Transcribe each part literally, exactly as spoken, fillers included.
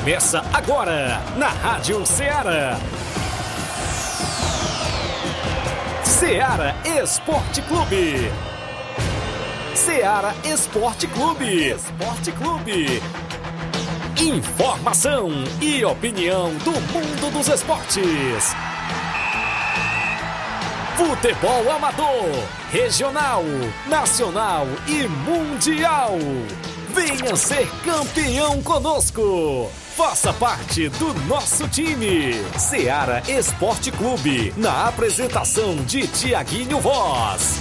Começa agora na Rádio Ceará. Ceará Esporte Clube. Ceará Esporte Clube. Esporte Clube. Informação e opinião do mundo dos esportes. Futebol amador, regional, nacional e mundial. Venha ser campeão conosco. Faça parte do nosso time. Ceará Esporte Clube, na apresentação de Tiaguinho Voz.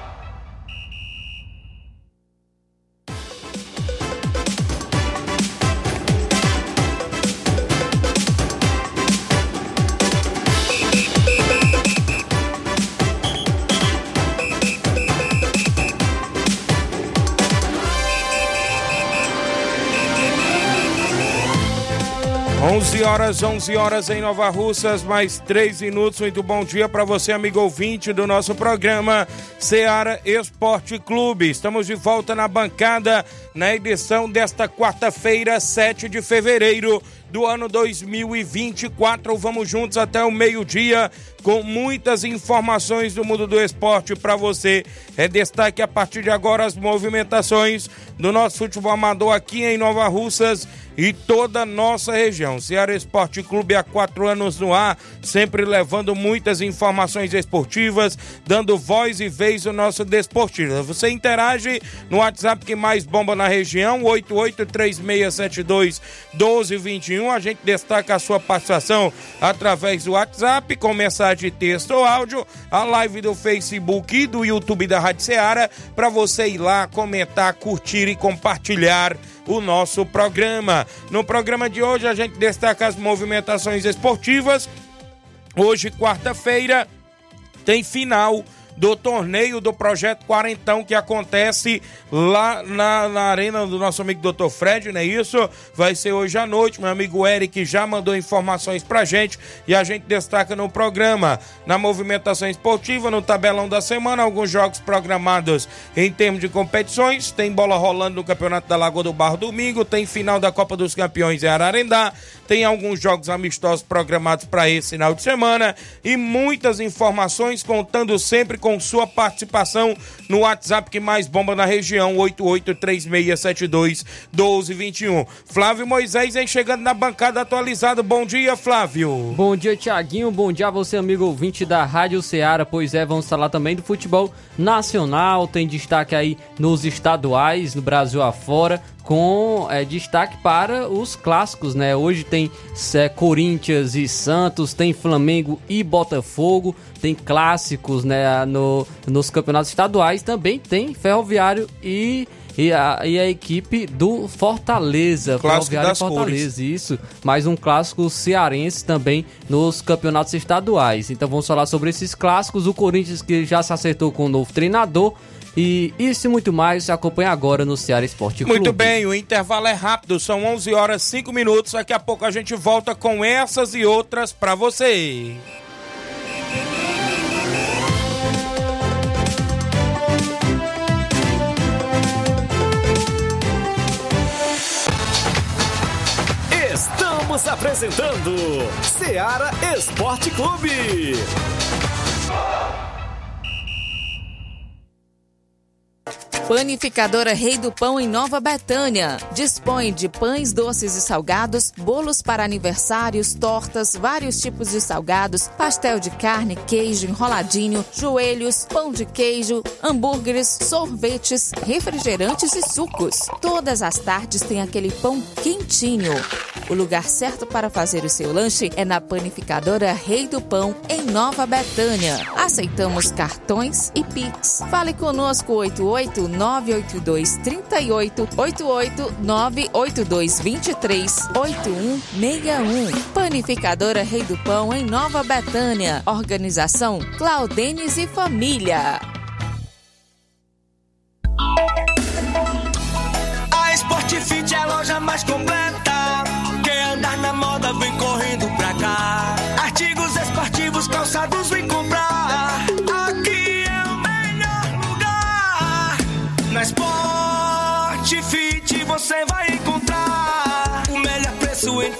onze horas, onze horas em Nova Russas, mais três minutos. Muito bom dia para você, amigo ouvinte do nosso programa Ceará Esporte Clube. Estamos de volta na bancada na edição desta quarta-feira, sete de fevereiro do ano dois mil e vinte e quatro. Vamos juntos até o meio-dia com muitas informações do mundo do esporte para você. É destaque a partir de agora as movimentações do nosso futebol amador aqui em Nova Russas e toda a nossa região. Ceará Esporte Clube há quatro anos no ar, sempre levando muitas informações esportivas, dando voz e vez ao nosso desportivo. Você interage no WhatsApp que mais bomba na região, oito oito três seis sete dois um dois dois um. A gente destaca a sua participação através do WhatsApp, com mensagem de texto ou áudio, a live do Facebook e do YouTube da Rádio Ceará, para você ir lá, comentar, curtir e compartilhar o nosso programa. No programa de hoje a gente destaca as movimentações esportivas. Hoje, quarta-feira, tem final do torneio do Projeto Quarentão, que acontece lá na, na arena do nosso amigo doutor Fred, não é isso? Vai ser hoje à noite. Meu amigo Eric já mandou informações pra gente e a gente destaca no programa. Na movimentação esportiva, no tabelão da semana, alguns jogos programados em termos de competições. Tem bola rolando no Campeonato da Lagoa do Barro domingo, tem final da Copa dos Campeões em Ararendá, tem alguns jogos amistosos programados para esse final de semana e muitas informações, contando sempre com sua participação no WhatsApp que mais bomba na região, oito oito três seis sete dois um dois dois um. Flávio Moisés vem chegando na bancada atualizada. Bom dia, Flávio. Bom dia, Tiaguinho. Bom dia a você, amigo ouvinte da Rádio Ceará. Pois é, vamos falar também do futebol nacional. Tem destaque aí nos estaduais, no Brasil afora, com é, destaque para os clássicos, né? Hoje tem é, Corinthians e Santos, tem Flamengo e Botafogo, tem clássicos, né, no, nos campeonatos estaduais, também tem Ferroviário e, e, a, e a equipe do Fortaleza. Clássico Ferroviário das e Fortaleza, cores. Isso. Mais um clássico cearense também nos campeonatos estaduais. Então vamos falar sobre esses clássicos. O Corinthians, que já se acertou com o novo treinador. E isso e muito mais se acompanha agora no Ceará Esporte Clube. Muito bem, o intervalo é rápido, são onze horas e cinco minutos. Daqui a pouco a gente volta com essas e outras para você. Estamos apresentando Ceará Esporte Clube. Panificadora Rei do Pão em Nova Betânia. Dispõe de pães doces e salgados, bolos para aniversários, tortas, vários tipos de salgados, pastel de carne, queijo, enroladinho, joelhos, pão de queijo, hambúrgueres, sorvetes, refrigerantes e sucos. Todas as tardes tem aquele pão quentinho. O lugar certo para fazer o seu lanche é na Panificadora Rei do Pão, em Nova Betânia. Aceitamos cartões e Pix. Fale conosco oito oito nove oito dois três oito, oito oito nove oito dois dois três, oito um seis um. Panificadora Rei do Pão, em Nova Betânia. Organização Claudenes e Família. A Sportfit é a loja mais completa. Quem andar na moda vem correndo pra cá. Artigos esportivos, calçados, vem comprar. Aqui é o melhor lugar. Na Sportfit você vai encontrar o melhor preço em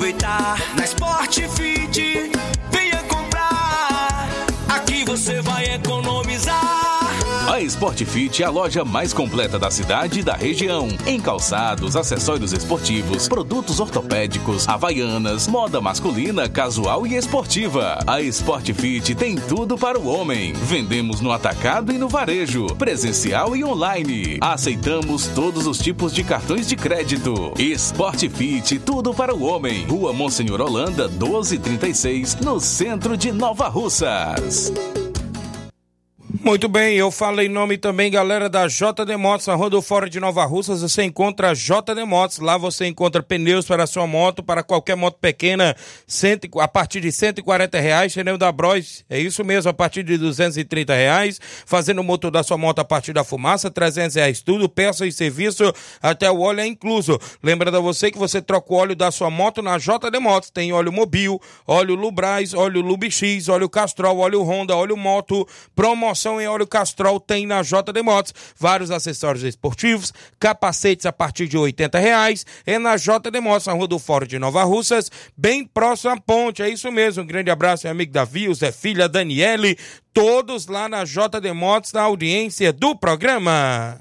aproveitar. Na Sport Fit, venha comprar. Aqui você vai economizar. A Sport Fit é a loja mais completa da cidade e da região. Em calçados, acessórios esportivos, produtos ortopédicos, havaianas, moda masculina, casual e esportiva. A Sport Fit tem tudo para o homem. Vendemos no atacado e no varejo, presencial e online. Aceitamos todos os tipos de cartões de crédito. Sport Fit, tudo para o homem. Rua Monsenhor Holanda, doze trinta e seis, no centro de Nova Russas. Muito bem, eu falei em nome também, galera, da J D Motos, na Rua do Fora de Nova Russas, você encontra a J D Motos, lá você encontra pneus para a sua moto, para qualquer moto pequena, cento, a partir de cento e quarenta reais, pneu da Bros, é isso mesmo, a partir de duzentos e trinta reais, fazendo o motor da sua moto a partir da fumaça, trezentos reais tudo, peça e serviço, até o óleo é incluso. Lembrando a você que você troca o óleo da sua moto na J D Motos, tem óleo Mobil, óleo Lubrais, óleo Lubix, óleo Castrol, óleo Honda, óleo Moto, promoção em óleo Castrol tem na J D Motos, vários acessórios esportivos, capacetes a partir de oitenta reais, é na J D Motos, na Rua do Fora de Nova Russas, bem próximo à ponte, é isso mesmo, um grande abraço, meu amigo Davi, o Zé Filha, a Daniele, todos lá na J D Motos, na audiência do programa.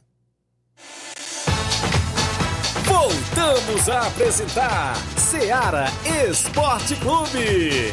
Voltamos a apresentar Seara Esporte Clube.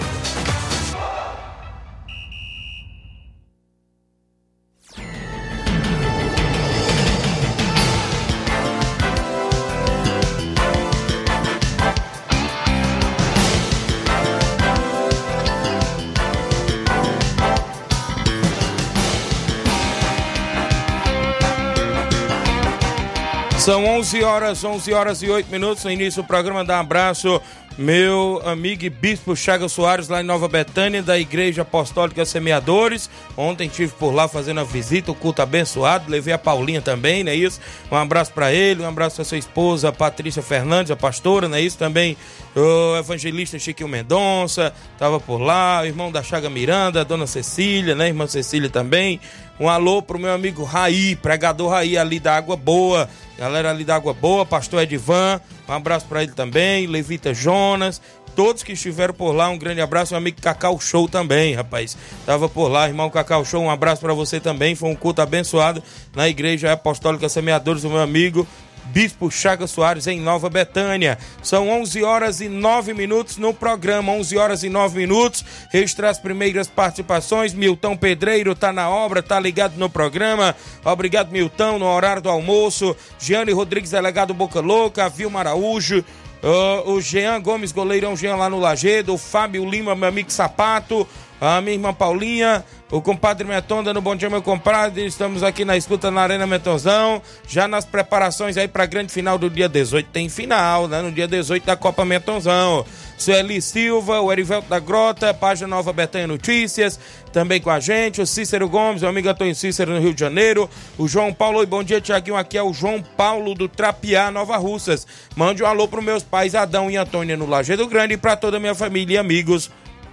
São onze horas, onze horas e oito minutos, no início do programa, dá um abraço, meu amigo e bispo Chagas Soares, lá em Nova Betânia, da Igreja Apostólica Semeadores. Ontem estive por lá fazendo a visita, o culto abençoado, levei a Paulinha também, não é isso? Um abraço para ele, um abraço para sua esposa, Patrícia Fernandes, a pastora, não é isso? Também o evangelista Chiquinho Mendonça, estava por lá, o irmão da Chaga Miranda, a dona Cecília, né? Irmã Cecília também. Um alô pro meu amigo Raí, pregador Raí ali da Água Boa, galera ali da Água Boa, pastor Edivan, um abraço para ele também, Levita Jonas, todos que estiveram por lá, um grande abraço, meu amigo Cacau Show também, rapaz, tava por lá, irmão Cacau Show, um abraço para você também, foi um culto abençoado na Igreja Apostólica Semeadores do meu amigo Bispo Chagas Soares, em Nova Betânia. São onze horas e nove minutos no programa, onze horas e nove minutos, registrar as primeiras participações. Milton Pedreiro tá na obra, tá ligado no programa, obrigado Milton, no horário do almoço. Giane Rodrigues, delegado Boca Louca, Vilma Araújo, uh, o Jean Gomes, goleirão Jean lá no Lagedo, o Fábio Lima, meu amigo Sapato, a minha irmã Paulinha, o compadre Meton, dando bom dia, meu compadre. Estamos aqui na escuta na Arena Metonzão, já nas preparações aí pra grande final do dia dezoito. Tem final, né? No dia dezoito da Copa Metonzão. Sueli Silva, o Erivelto da Grota, página Nova Betânia Notícias, também com a gente. O Cícero Gomes, o amigo Antônio Cícero no Rio de Janeiro. O João Paulo, oi, bom dia, Tiaguinho. Aqui é o João Paulo do Trapiá, Nova Russas. Mande um alô pros meus pais Adão e Antônia no Lajeado Grande e pra toda a minha família e amigos.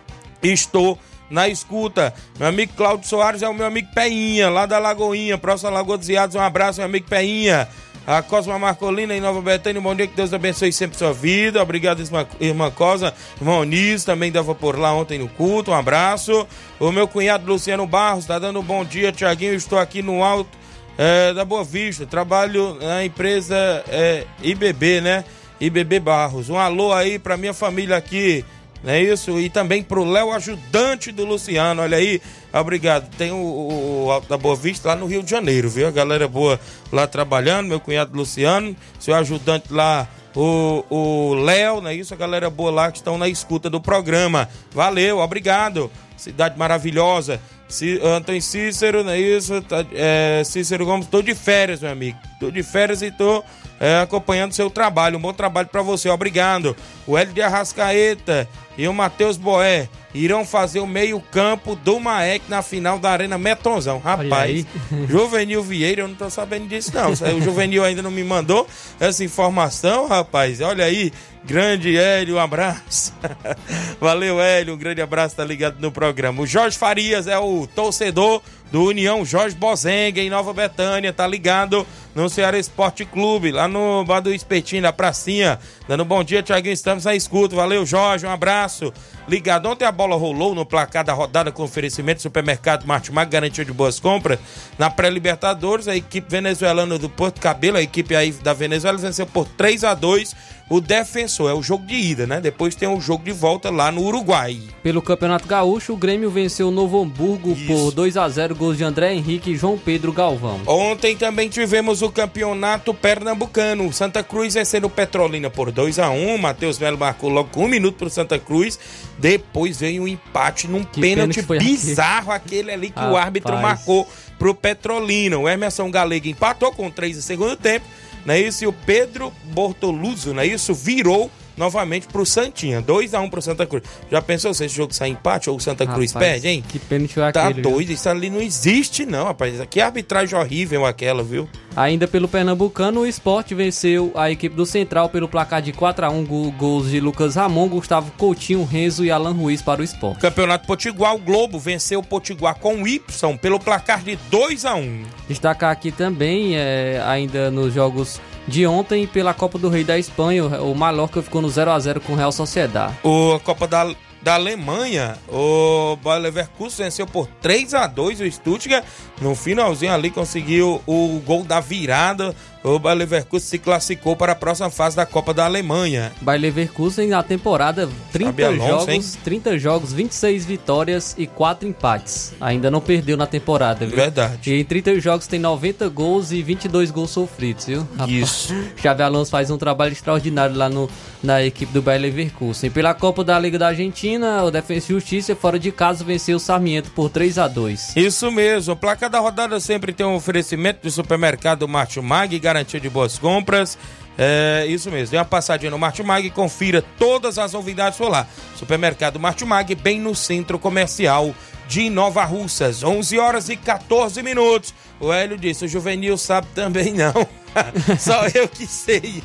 Estou na escuta. Meu amigo Cláudio Soares é o meu amigo Peinha, lá da Lagoinha, próxima Lagoa dos Iados. Um abraço, meu amigo Peinha. A Cosma Marcolina em Nova Betânia, bom dia, que Deus abençoe sempre sua vida. Obrigado, irmã Cosma. Irmão Onis também dava por lá ontem no culto, um abraço. O meu cunhado Luciano Barros tá dando um bom dia, Tiaguinho. Estou aqui no alto é, da Boa Vista, trabalho na empresa é, I B B, né? I B B Barros. Um alô aí pra minha família aqui, não é isso? E também pro Léo, ajudante do Luciano, olha aí, obrigado. Tem o, o, o Alto da Boa Vista lá no Rio de Janeiro, viu? A galera boa lá trabalhando, meu cunhado Luciano, seu ajudante lá, o, o Léo, não é isso? A galera boa lá que estão na escuta do programa. Valeu, obrigado. Cidade maravilhosa. C... Antônio Cícero, não é isso? Tá, é, Cícero Gomes, tô de férias, meu amigo. Tô de férias e tô é, acompanhando o seu trabalho. Um bom trabalho pra você, obrigado. O Hélio de Arrascaeta e o Matheus Boé irão fazer o meio-campo do Maek na final da Arena Metonzão. Rapaz, Juvenil Vieira, eu não tô sabendo disso, não. O Juvenil ainda não me mandou essa informação, rapaz. Olha aí, Grande Hélio, um abraço. Valeu, Hélio, um grande abraço, tá ligado no programa. O Jorge Farias é o torcedor do União Jorge Bozenga, em Nova Betânia, tá ligado no Ceará Esporte Clube, lá no Bar do Espetinho, na pracinha. Dando bom dia, Thiaguinho, estamos na escuta. Valeu, Jorge, um abraço. Ligado, ontem a bola rolou no placar da rodada com oferecimento do supermercado Martimag, garantia de boas compras. Na pré-Libertadores, a equipe venezuelana do Porto Cabelo, a equipe aí da Venezuela, venceu por três a dois o Defensor. É o jogo de ida, né? Depois tem o jogo de volta lá no Uruguai. Pelo Campeonato Gaúcho, o Grêmio venceu o Novo Hamburgo Isso. por dois a zero, gols de André Henrique e João Pedro Galvão. Ontem também tivemos o Campeonato Pernambucano. Santa Cruz vencendo o Petrolina por dois a um. Matheus Melo marcou logo com um minuto pro Santa Cruz. Depois veio um empate num que pênalti bizarro, aquele, aquele ali que ah, o árbitro paz. marcou pro Petrolina. O Emerson Galego empatou com três no segundo tempo, não é isso? E o Pedro Bortoluzzo, não é isso? Virou novamente pro Santinha, dois a um pro Santa Cruz. Já pensou se esse jogo sai empate ou o Santa Cruz rapaz, perde, hein? Que pênalti foi tá aquele, doido, viu? Isso ali não existe não, rapaz. Que arbitragem horrível aquela, viu? Ainda pelo Pernambucano, o Sport venceu a equipe do Central pelo placar de quatro a um, gols de Lucas Ramon, Gustavo Coutinho, Renzo e Alan Ruiz para o Sport. Campeonato Potiguar, o Globo venceu o Potiguar com o Y pelo placar de dois a um. Destacar aqui também, é, ainda nos jogos de ontem, pela Copa do Rei da Espanha, o Mallorca ficou no zero a zero com o Real Sociedad. O Copa da, da Alemanha, o Bayer Leverkusen venceu por três a dois o Stuttgart. No finalzinho ali conseguiu o gol da virada. O Bayer Leverkusen se classificou para a próxima fase da Copa da Alemanha. Bayer Leverkusen na temporada, trinta Alonso, jogos, trinta jogos, vinte e seis vitórias e quatro empates. Ainda não perdeu na temporada, viu? Verdade. E em trinta jogos tem noventa gols e vinte e dois gols sofridos, viu? Isso. Xabi Alonso faz um trabalho extraordinário lá no, na equipe do Bayer Leverkusen. Pela Copa da Liga da Argentina, o Defensa e Justiça, fora de casa, venceu o Sarmiento por três a dois. Isso mesmo. A placa da rodada sempre tem um oferecimento do supermercado Martimag, garantia de boas compras. É isso mesmo, dê uma passadinha no Martimag e confira todas as novidades por lá. Supermercado Martimag, bem no centro comercial de Nova Russas. onze horas e catorze minutos. O Hélio disse, o Juvenil sabe também não. Só eu que sei.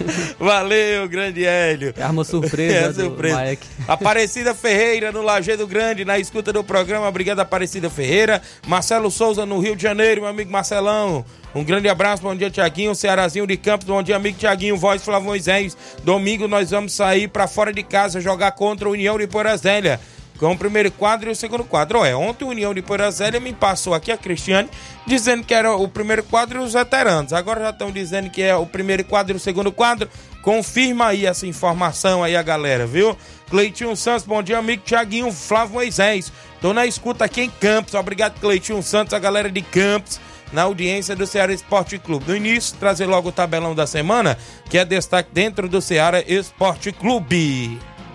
Valeu, grande Hélio. É uma surpresa, é, do surpresa. Maek. Aparecida Ferreira no Lajeado Grande, na escuta do programa. Obrigado, Aparecida Ferreira. Marcelo Souza no Rio de Janeiro, meu amigo Marcelão. Um grande abraço, bom dia, Tiaguinho. Cearazinho de Campos, bom dia, amigo Tiaguinho. Voz Flávio Moisés. Domingo nós vamos sair pra fora de casa jogar contra a União de Porazélia, com o primeiro quadro e o segundo quadro. É, ontem o União de Porazélia me passou aqui a Cristiane dizendo que era o primeiro quadro e os veteranos. Agora já estão dizendo que é o primeiro quadro e o segundo quadro. Confirma aí essa informação aí a galera, viu? Cleitinho Santos, bom dia, amigo Tiaguinho. Flávio Moisés, tô na escuta aqui em Campos. Obrigado, Cleitinho Santos, a galera de Campos, na audiência do Ceará Esporte Clube. No início, trazer logo o tabelão da semana, que é destaque dentro do Ceará Esporte Clube.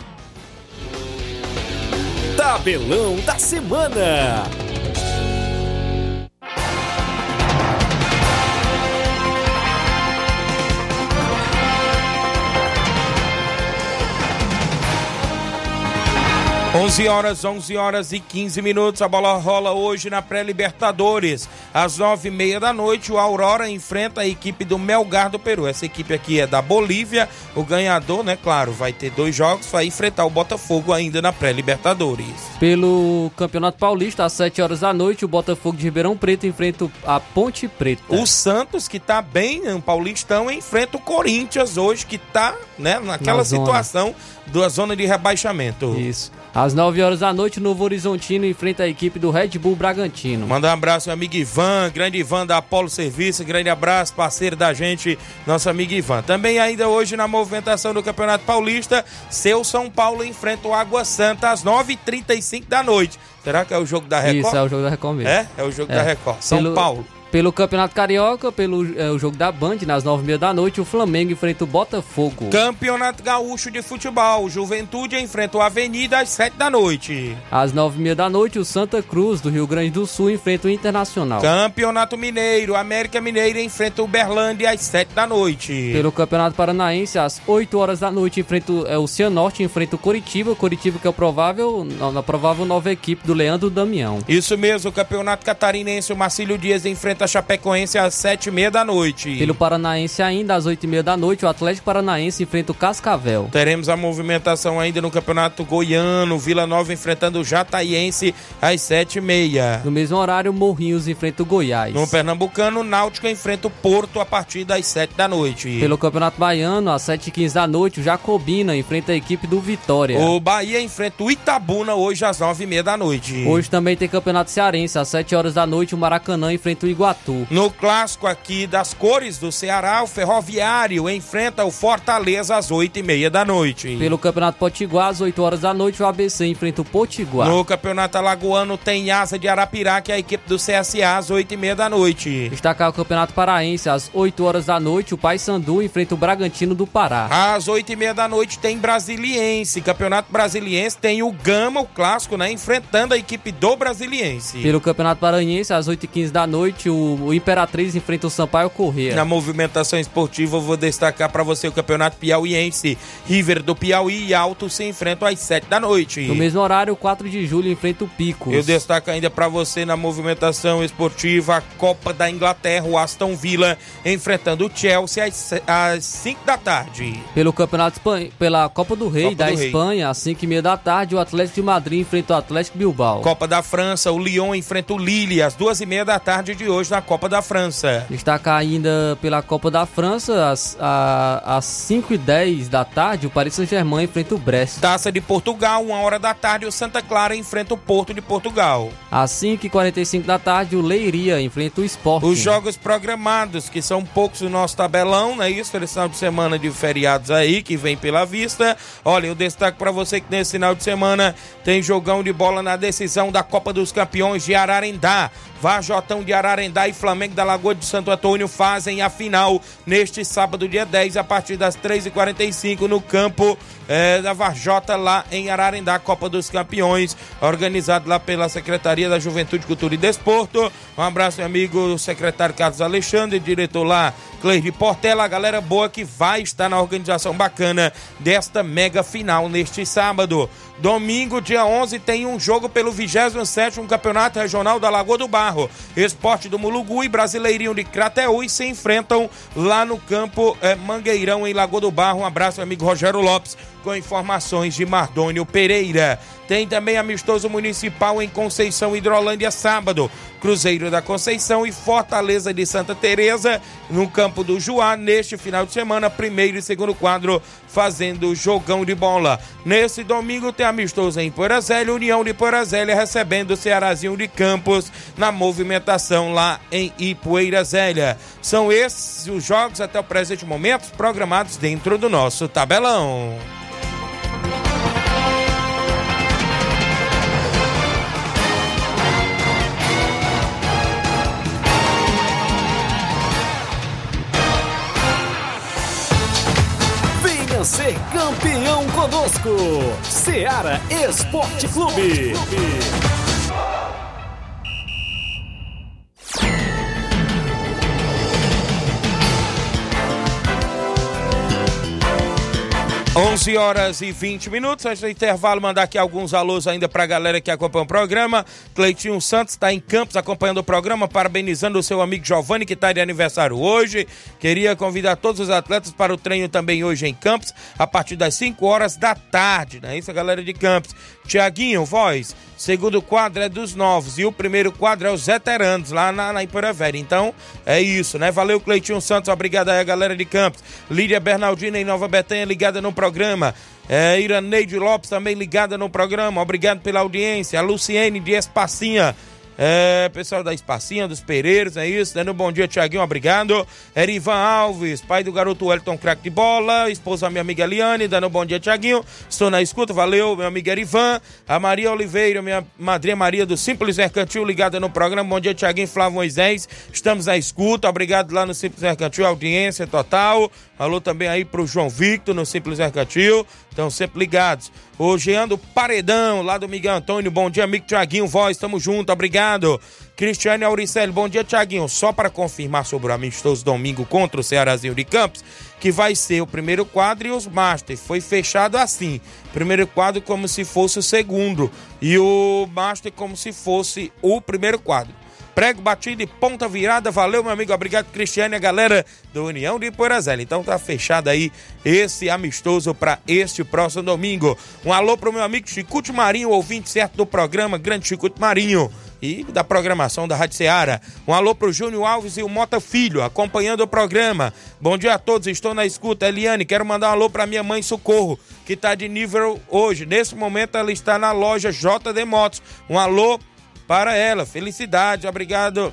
Tabelão da semana. onze horas, onze horas e quinze minutos, a bola rola hoje na pré-Libertadores. Às nove e meia da noite, o Aurora enfrenta a equipe do Melgar do Peru. Essa equipe aqui é da Bolívia. O ganhador, né, claro, vai ter dois jogos, vai enfrentar o Botafogo ainda na pré-Libertadores. Pelo Campeonato Paulista, às sete horas da noite, o Botafogo de Ribeirão Preto enfrenta a Ponte Preta. O Santos, que tá bem no Paulistão, enfrenta o Corinthians hoje, que tá, né, naquela Na situação da zona de rebaixamento. Isso. Às nove horas da noite, o Novo Horizontino enfrenta a equipe do Red Bull Bragantino. Manda um abraço, meu amigo Ivan, grande Ivan da Apolo Serviço, grande abraço, parceiro da gente, nosso amigo Ivan. Também ainda hoje na movimentação do Campeonato Paulista, seu São Paulo enfrenta o Água Santa às nove e trinta e cinco da noite. Será que é o jogo da Record? Isso, é o jogo da Record mesmo. É? É o jogo é. da Record. São Pelo... Paulo. Pelo Campeonato Carioca, pelo é, o jogo da Band, nas nove e meia da noite, o Flamengo enfrenta o Botafogo. Campeonato Gaúcho de Futebol, Juventude enfrenta o Avenida às sete da noite. Às nove e meia da noite, o Santa Cruz, do Rio Grande do Sul, enfrenta o Internacional. Campeonato Mineiro, América Mineira enfrenta o Uberlândia às sete da noite. Pelo Campeonato Paranaense, às oito horas da noite, enfrenta o, é, o Cianorte enfrenta o Coritiba. Coritiba que é o provável, a provável nova equipe do Leandro Damião. Isso mesmo, o Campeonato Catarinense, o Marcílio Dias enfrenta enfrenta a Chapecoense às sete e meia da noite. Pelo Paranaense ainda, às oito e meia da noite, o Atlético Paranaense enfrenta o Cascavel. Teremos a movimentação ainda no Campeonato Goiano, Vila Nova enfrentando o Jataiense às sete e meia. No mesmo horário, Morrinhos enfrenta o Goiás. No Pernambucano, o Náutico enfrenta o Porto a partir das sete da noite. Pelo Campeonato Baiano, às sete e quinze da noite, o Jacobina enfrenta a equipe do Vitória. O Bahia enfrenta o Itabuna hoje às nove e meia da noite. Hoje também tem Campeonato Cearense, às sete horas da noite, o Maracanã enfrenta o Iguatu. No clássico aqui das cores do Ceará, o Ferroviário enfrenta o Fortaleza às oito e meia da noite. Pelo Campeonato Potiguar, às oito horas da noite, o A B C enfrenta o Potiguar. No Campeonato Alagoano tem Asa de Arapirá, que é a equipe do C S A, às oito e meia da noite. Destacar o Campeonato Paraense, às oito horas da noite, o Paysandu enfrenta o Bragantino do Pará. Às oito e meia da noite tem Brasiliense. Campeonato Brasiliense tem o Gama, o clássico, né? Enfrentando a equipe do Brasiliense. Pelo Campeonato Maranhense, às oito e quinze da noite, o, o Imperatriz enfrenta o Sampaio Corrêa. Na movimentação esportiva, eu vou destacar para você o Campeonato Piauiense. River do Piauí e Alto se enfrentam às sete da noite. No mesmo horário, o quatro de julho enfrenta o Picos. Eu destaco ainda para você na movimentação esportiva a Copa da Inglaterra, o Aston Villa enfrentando o Chelsea às, às cinco da tarde. Pelo Campeonato Espanha, pela Copa do Rei Copa da do Espanha, Rei. às cinco e meia da tarde, o Atlético de Madrid enfrenta o Atlético Bilbao. Copa da França, o Lyon enfrenta o Lille às duas e meia da tarde de hoje na Copa da França. Destacar ainda pela Copa da França, às, a, às cinco e dez da tarde, o Paris Saint-Germain enfrenta o Brest. Taça de Portugal, uma hora da tarde, o Santa Clara enfrenta o Porto de Portugal. Às cinco e quarenta e cinco da tarde, o Leiria enfrenta o Sport. Os jogos programados, que são poucos no nosso tabelão, não é isso? Esse final de semana de feriados aí, que vem pela vista. Olha, eu destaco para você que nesse final de semana tem jogão de bola na decisão da Copa dos Campeões de Ararendá. Varjotão de Ararendá e Flamengo da Lagoa de Santo Antônio fazem a final neste sábado, dia dez, a partir das três e quarenta e cinco no campo é, da Varjota, lá em Ararendá, Copa dos Campeões, organizado lá pela Secretaria da Juventude, Cultura e Desporto. Um abraço, meu amigo secretário Carlos Alexandre, diretor lá, Cleide Portela, a galera boa que vai estar na organização bacana desta mega final neste sábado. Domingo, dia onze, tem um jogo pelo vigésimo sétimo Campeonato Regional da Lagoa do Barro. Esporte do Mulugu e Brasileirinho de Crateús se enfrentam lá no campo é, Mangueirão, em Lagoa do Barro. Um abraço, amigo Rogério Lopes, com informações de Mardônio Pereira. Tem também amistoso municipal em Conceição, Hidrolândia, sábado. Cruzeiro da Conceição e Fortaleza de Santa Teresa no campo do Juá, neste final de semana, primeiro e segundo quadro, fazendo jogão de bola. Nesse domingo tem amistoso em Porazélia, União de Porazélia recebendo o Cearazinho de Campos na movimentação lá em Ipueira Zélia. São esses os jogos até o presente momento programados dentro do nosso tabelão. Ser campeão conosco, Ceará Esporte Clube. onze horas e vinte minutos, antes do intervalo, mandar aqui alguns alôs ainda pra galera que acompanha o programa. Cleitinho Santos está em Campos acompanhando o programa, parabenizando o seu amigo Giovanni, que está de aniversário hoje. Queria convidar todos os atletas para o treino também hoje em Campos, a partir das cinco horas da tarde, não é isso, galera de Campos? Tiaguinho, voz, segundo quadro é dos novos e o primeiro quadro é os veteranos, lá na, na Ipoeira Velha. Então, é isso, né? Valeu, Cleitinho Santos, obrigado aí a galera de Campos. Lídia Bernardina em Nova Betânia, ligada no programa. É, Iraneide Lopes também ligada no programa, obrigado pela audiência. A Luciene de Espacinha, é, pessoal da Espacinha, dos Pereiros, é isso, dando um bom dia, Tiaguinho, obrigado. Erivan Alves, pai do garoto Wellington, craque de bola, esposa da minha amiga Eliane, dando um bom dia, Tiaguinho, estou na escuta, valeu, meu amigo Erivan. A Maria Oliveira, minha madrinha Maria do Simples Mercantil, ligada no programa, bom dia, Tiaguinho, Flávio Moisés, estamos na escuta, obrigado lá no Simples Mercantil, audiência total. Alô também aí pro João Victor no Simples Mercantil, estão sempre ligados. O Jean do Paredão, lá do Miguel Antônio, bom dia, amigo Tiaguinho, voz, tamo junto, obrigado. Cristiane Auricelli, bom dia, Tiaguinho, só para confirmar sobre o amistoso domingo contra o Cearazinho de Campos, que vai ser o primeiro quadro e os Master, foi fechado assim, primeiro quadro como se fosse o segundo, e o Master como se fosse o primeiro quadro. prego batido e ponta virada. Valeu, meu amigo, obrigado, Cristiane, a galera do União de Poeirazela. Então tá fechado aí esse amistoso para este próximo domingo. Um alô pro meu amigo Chicute Marinho, ouvinte certo do programa, grande Chicute Marinho, e da programação da Rádio Ceará. Um alô pro Júnior Alves e o Mota Filho, acompanhando o programa. Bom dia a todos, estou na escuta. Eliane, quero mandar um alô pra minha mãe Socorro, que tá de nível hoje. Nesse momento ela está na loja J D Motos. Um alô para ela, felicidade, obrigado,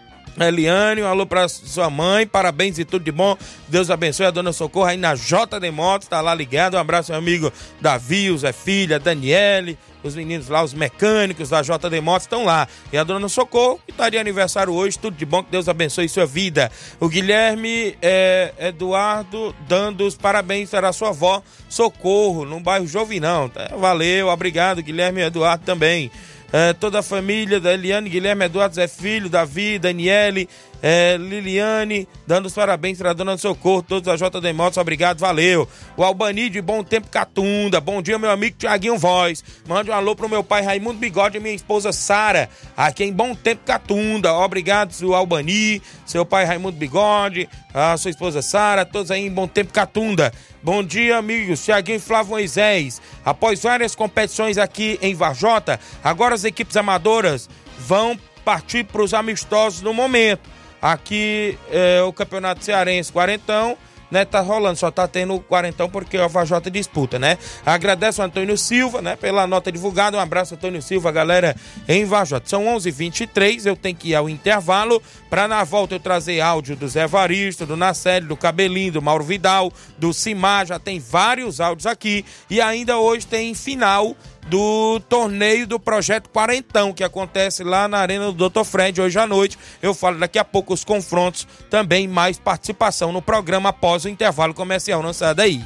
Eliane, um alô pra sua mãe, parabéns e tudo de bom, Deus abençoe a dona Socorro aí na J D Motos, tá lá ligado, um abraço meu amigo Davi, o Zé Filha, Daniele, os meninos lá, os mecânicos da J D Motos estão lá, e a dona Socorro, que tá de aniversário hoje, tudo de bom, que Deus abençoe sua vida. O Guilherme é, Eduardo dando os parabéns para a sua avó Socorro, no bairro Jovinão, tá? Valeu, obrigado Guilherme e Eduardo também. É, toda a família da Eliane, Guilherme, Eduardo, Zé Filho, Davi, Daniele, é, Liliane, dando os parabéns para a dona Socorro, todos a J D Motos, obrigado, valeu. O Albani de Bom Tempo Catunda, bom dia meu amigo Tiaguinho Voz, mande um alô pro meu pai Raimundo Bigode e minha esposa Sara, aqui em Bom Tempo Catunda, obrigado seu Albani, seu pai Raimundo Bigode, a sua esposa Sara, todos aí em Bom Tempo Catunda. Bom dia, amigos. Tiaguinho e Flávio Moisés. Após várias competições aqui em Varjota, agora as equipes amadoras vão partir para os amistosos no momento. Aqui é o Campeonato Cearense Quarentão, né? Tá rolando, só tá tendo o Quarentão porque a Varjota disputa, né? Agradeço ao Antônio Silva, né? Pela nota divulgada. Um abraço, Antônio Silva, galera em Varjota. São onze e vinte e três, eu tenho que ir ao intervalo para na volta eu trazer áudio do Zé Evaristo, do Nacélio, do Cabelinho, do Mauro Vidal, do Cimar, já tem vários áudios aqui. E ainda hoje tem final do torneio do Projeto Quarentão, que acontece lá na Arena do doutor Fred, hoje à noite. Eu falo daqui a pouco os confrontos, também mais participação no programa após o intervalo comercial. Não sai daí.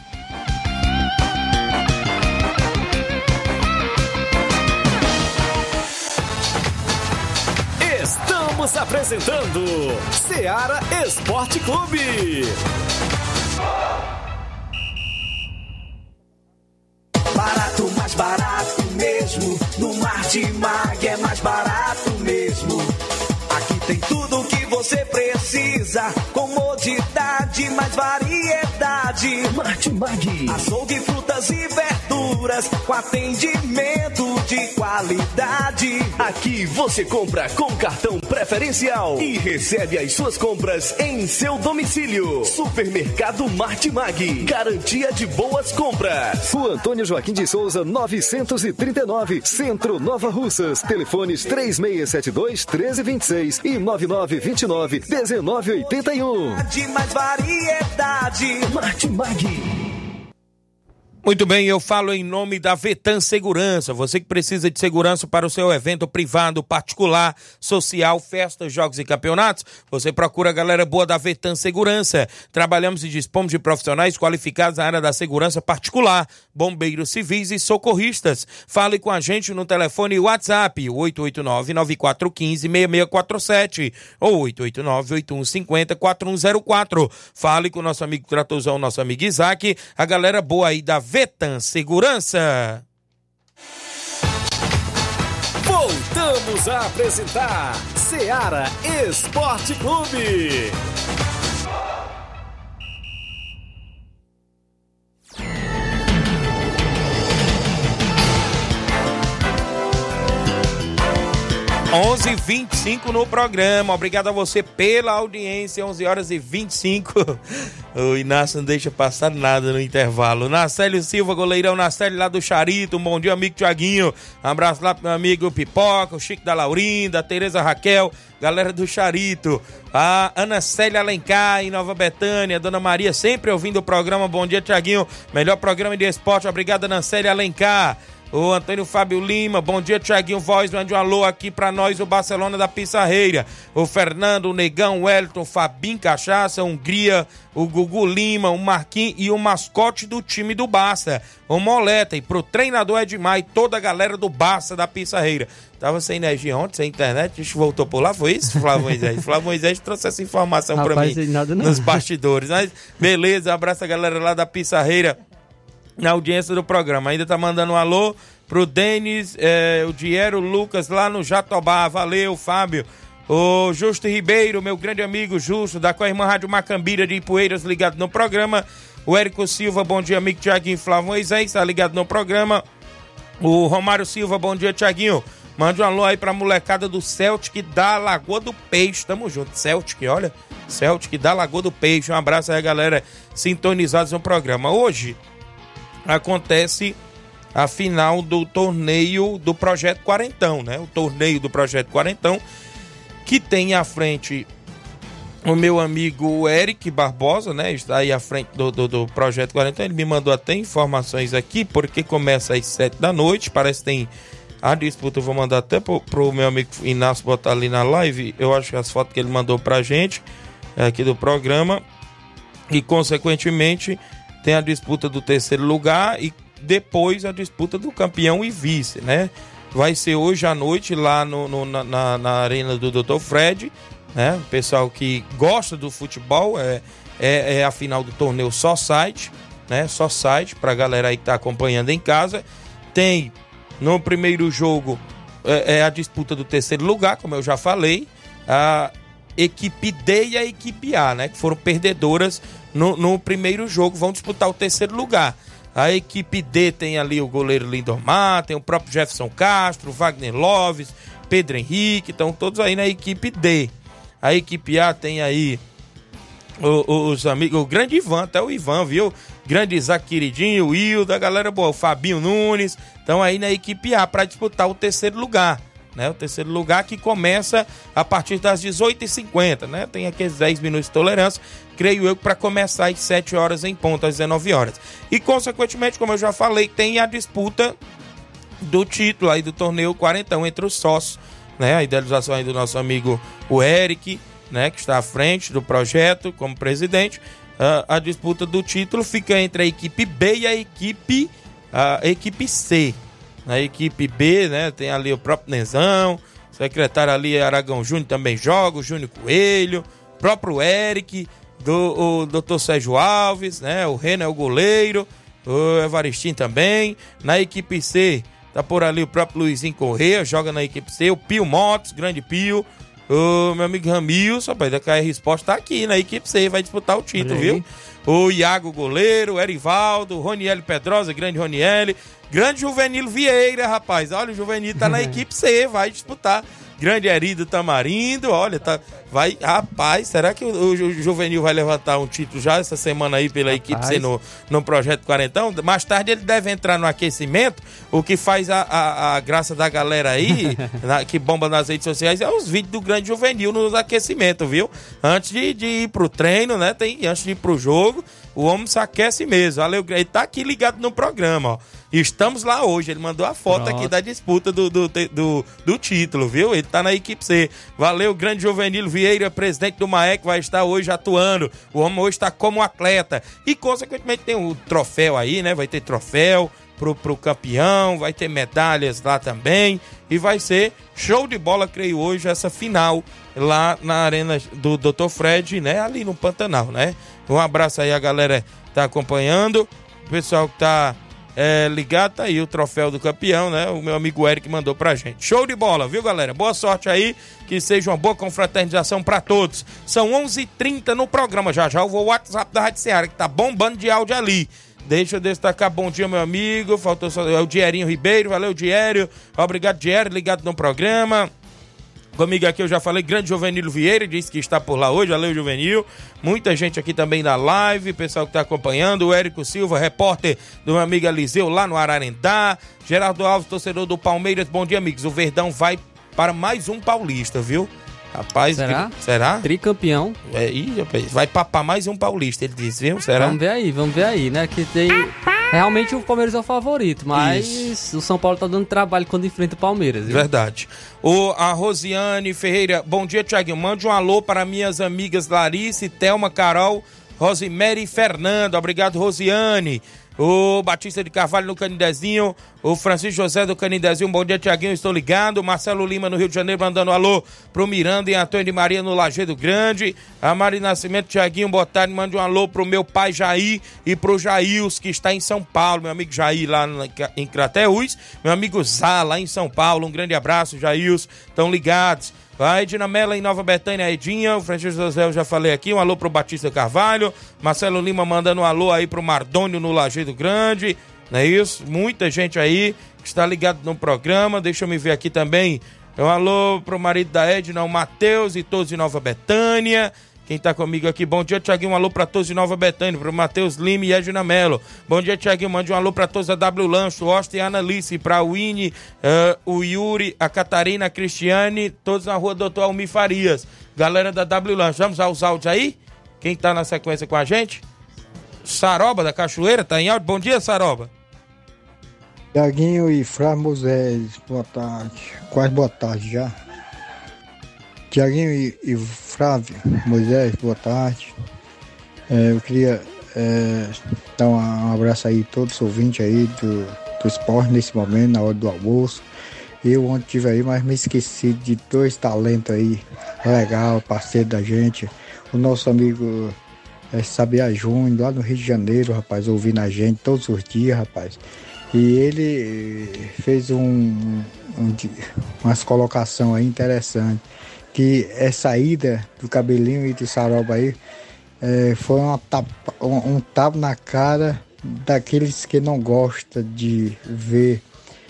Estamos apresentando Ceará Esporte Clube. Barato, mais barato mesmo. No Martimag é mais barato mesmo. Aqui tem tudo o que você precisa. Comodidade, mais variedade. Martimag. Açougue, frutas e verduras com atendimento de qualidade. Aqui você compra com cartão preferencial e recebe as suas compras em seu domicílio. Supermercado Martimag. Garantia de boas compras. Rua Antônio Joaquim de Souza, novecentos e trinta e nove, Centro Nova Russas. Telefones três seis sete dois, um três dois seis e nove nove dois nove, um nove oito um. De mais variedade. Martimag. Muito bem, eu falo em nome da Vetan Segurança. Você que precisa de segurança para o seu evento privado, particular, social, festas, jogos e campeonatos, você procura a galera boa da Vetan Segurança. Trabalhamos e dispomos de profissionais qualificados na área da segurança particular, bombeiros civis e socorristas. Fale com a gente no telefone WhatsApp oito oito nove, nove quatro um cinco, seis seis quatro sete ou oito oito nove, oito um cinco zero, quatro um zero quatro. Fale com o nosso amigo Tratorzão, nosso amigo Isaac, a galera boa aí da Vetan Segurança. Voltamos a apresentar Ceará Esporte Clube. onze e vinte e cinco no programa. Obrigado a você pela audiência. Onze horas e vinte e cinco. O Inácio não deixa passar nada no intervalo. Nacélio Silva, goleirão Nacélio lá do Charito. Um bom dia, amigo Tiaguinho. Um abraço lá pro meu amigo Pipoca, o Chico da Laurinda, a Tereza Raquel, galera do Charito. A Ana Célia Alencar em Nova Betânia, a Dona Maria sempre ouvindo o programa. Bom dia, Tiaguinho. Melhor programa de esporte. Obrigado, Ana Célia Alencar. O Antônio Fábio Lima, bom dia, Tiaguinho Voz, mande um alô aqui pra nós, o Barcelona da Pissarreira. O Fernando, o Negão, o Wellington, o Fabinho Cachaça, a Hungria, o Gugu Lima, o Marquinhos e o mascote do time do Barça, o Moleta. E pro treinador Edmar e toda a galera do Barça da Pissarreira. Tava sem energia ontem, sem internet, a gente voltou por lá, foi isso, Flávio Moisés? Flávio Moisés trouxe essa informação Rapaz, pra mim, nada não. Nos bastidores. Mas beleza, abraço a galera lá da Pissarreira na audiência do programa. Ainda tá mandando um alô pro Denis, é, o Diero Lucas lá no Jatobá. Valeu, Fábio. O Justo Ribeiro, meu grande amigo Justo, da Coirmã Rádio Macambira de Ipueiras, ligado no programa. O Érico Silva, bom dia, amigo Tiaguinho Flávio Moisés, tá ligado no programa. O Romário Silva, bom dia, Tiaguinho. Mande um alô aí pra molecada do Celtic da Lagoa do Peixe. Tamo junto, Celtic, olha. Celtic da Lagoa do Peixe. Um abraço aí, galera, sintonizados no programa. Hoje acontece a final do torneio do Projeto Quarentão, né? O torneio do Projeto Quarentão, que tem à frente o meu amigo Eric Barbosa, né? Está aí à frente do, do, do Projeto Quarentão. Ele me mandou até informações aqui, porque começa às sete da noite. Parece que tem a disputa. Eu vou mandar até pro, pro meu amigo Inácio botar ali na live. Eu acho que as fotos que ele mandou pra gente aqui do programa. E, consequentemente, tem a disputa do terceiro lugar e depois a disputa do campeão e vice, né? Vai ser hoje à noite lá no, no, na, na arena do doutor Fred, né? O pessoal que gosta do futebol, é, é, é a final do torneio só site, né? Só site, pra galera aí que tá acompanhando em casa. Tem no primeiro jogo é, é a disputa do terceiro lugar, como eu já falei, a equipe D e a equipe A, né? Que foram perdedoras no, no primeiro jogo, vão disputar o terceiro lugar. A equipe D tem ali o goleiro Lindomar, tem o próprio Jefferson Castro, Wagner Loves, Pedro Henrique, estão todos aí na equipe D. A equipe A tem aí os, os amigos, o grande Ivan, até o Ivan, viu? Grande Isaac Queridinho, o Hilda, a galera boa, o Fabinho Nunes, estão aí na equipe A para disputar o terceiro lugar, né? O terceiro lugar que começa a partir das dezoito e cinquenta, né? Tem aqueles dez minutos de tolerância, creio eu, para começar às sete horas em ponto, às dezenove horas. E, consequentemente, como eu já falei, tem a disputa do título aí do torneio Quarentão entre os sócios, né? A idealização aí do nosso amigo o Eric, né? Que está à frente do projeto como presidente. Uh, a disputa do título fica entre a equipe B e a equipe, a equipe C. Na equipe B, né? Tem ali o próprio Nezão, secretário ali Aragão Júnior também joga, o Júnior Coelho, próprio Eric, do o doutor Sérgio Alves, né? O Renan é o goleiro, o Evaristinho também. Na equipe C tá por ali o próprio Luizinho Corrêa, joga na equipe C, o Pio Motos, grande Pio, o meu amigo Ramilson, rapaz, da K R Sport tá aqui na equipe C, vai disputar o título, viu? O Iago goleiro, o Erivaldo, o Roniel Pedrosa, grande Roniel, grande Juvenil Vieira, rapaz, olha, o Juvenil tá na equipe C, vai disputar. Grande Herido Tamarindo, olha, tá, vai, rapaz, será que o, o Juvenil vai levantar um título já essa semana aí pela rapaz. Equipe C no, no Projeto Quarentão? Mais tarde ele deve entrar no aquecimento, o que faz a, a, a graça da galera aí, na, que bomba nas redes sociais, é os vídeos do grande Juvenil nos aquecimentos, viu? Antes de, de ir pro treino, né, tem, antes de ir pro jogo, o homem se aquece mesmo, valeu, ele tá aqui ligado no programa, ó. Estamos lá hoje, ele mandou a foto Pronto. Aqui da disputa do, do, do, do título, viu? Ele tá na equipe C. Valeu, grande Juvenil Vieira, presidente do M A E C, vai estar hoje atuando. O homem hoje está como atleta. E, consequentemente, tem o troféu aí, né? Vai ter troféu pro, pro campeão, vai ter medalhas lá também. E vai ser show de bola, creio, hoje, essa final lá na arena do doutor Fred, né? Ali no Pantanal, né? Um abraço aí a galera que tá acompanhando. O pessoal que tá... É, ligado, tá aí o troféu do campeão, né? O meu amigo Eric mandou pra gente. Show de bola, viu, galera? Boa sorte aí, que seja uma boa confraternização pra todos. São onze e trinta no programa, já já eu vou o WhatsApp da Rádio Ceará, que tá bombando de áudio ali. Deixa eu destacar, bom dia, meu amigo, faltou só é o Dierinho Ribeiro, valeu, Diério, obrigado, Diério, ligado no programa. Comigo aqui eu já falei, grande Juvenil Vieira, disse que está por lá hoje, valeu, Juvenil. Muita gente aqui também na live, pessoal que está acompanhando, o Érico Silva, repórter do meu amigo Eliseu lá no Ararendá. Geraldo Alves, torcedor do Palmeiras, bom dia, amigos. O Verdão vai para mais um paulista, viu? Rapaz, será? Que, será? Tricampeão. É, ih, vai papar mais um paulista, ele disse, viu? Será? Vamos ver aí, vamos ver aí, né? Que tem... Realmente o Palmeiras é o favorito, mas Isso. o São Paulo tá dando trabalho quando enfrenta o Palmeiras, viu? Verdade. O, a Rosiane Ferreira, bom dia, Thiaguinho. Mande um alô para minhas amigas Larissa, Thelma, Carol, Rosemary e Fernando. Obrigado, Rosiane. O Batista de Carvalho no Canidezinho, o Francisco José do Canidezinho, bom dia, Tiaguinho, estou ligado. Marcelo Lima no Rio de Janeiro mandando um alô pro Miranda e Antônio de Maria no Lajeado Grande. A Mari Nascimento, Tiaguinho, boa tarde, mande um alô pro meu pai Jair e pro Jails, que está em São Paulo, meu amigo Jair lá em Crateús, meu amigo Zá lá em São Paulo, um grande abraço, Jails, estão ligados. A Edna Mela em Nova Betânia, a Edinha, o Francisco José eu já falei aqui, um alô pro Batista Carvalho, Marcelo Lima mandando um alô aí pro Mardônio no Lajeado Grande, não é isso? Muita gente aí que está ligado no programa, deixa eu me ver aqui também, um alô pro marido da Edna, o Matheus e todos de Nova Betânia. Quem tá comigo aqui, bom dia, Tiaguinho, um alô pra todos de Nova Betânia, pro Matheus Lima e Edna Melo. Bom dia, Tiaguinho, mande um alô pra todos da W Lancho, o Austin e a Analice, pra Winnie, uh, o Yuri, a Catarina, a Cristiane, todos na rua Doutor Almir Farias. Galera da W Lancho, vamos aos áudios aí? Quem tá na sequência com a gente? Saroba da Cachoeira, tá em áudio? Bom dia, Saroba. Tiaguinho e Flávio Moisés, boa tarde, quase boa tarde já. Tiaguinho e, e Flávio Moisés, boa tarde. É, eu queria é, dar um, um abraço aí a todos os ouvintes aí do, do esporte nesse momento, na hora do almoço. Eu ontem estive aí, mas me esqueci de dois talentos aí, legal, parceiro da gente. O nosso amigo é, Sabiá Júnior, lá no Rio de Janeiro, rapaz, ouvindo a gente todos os dias, rapaz. E ele fez um, um, umas colocações aí interessantes. Que essa ida do Cabelinho e do Saroba aí é, foi uma tapa, um, um tapa na cara daqueles que não gostam de ver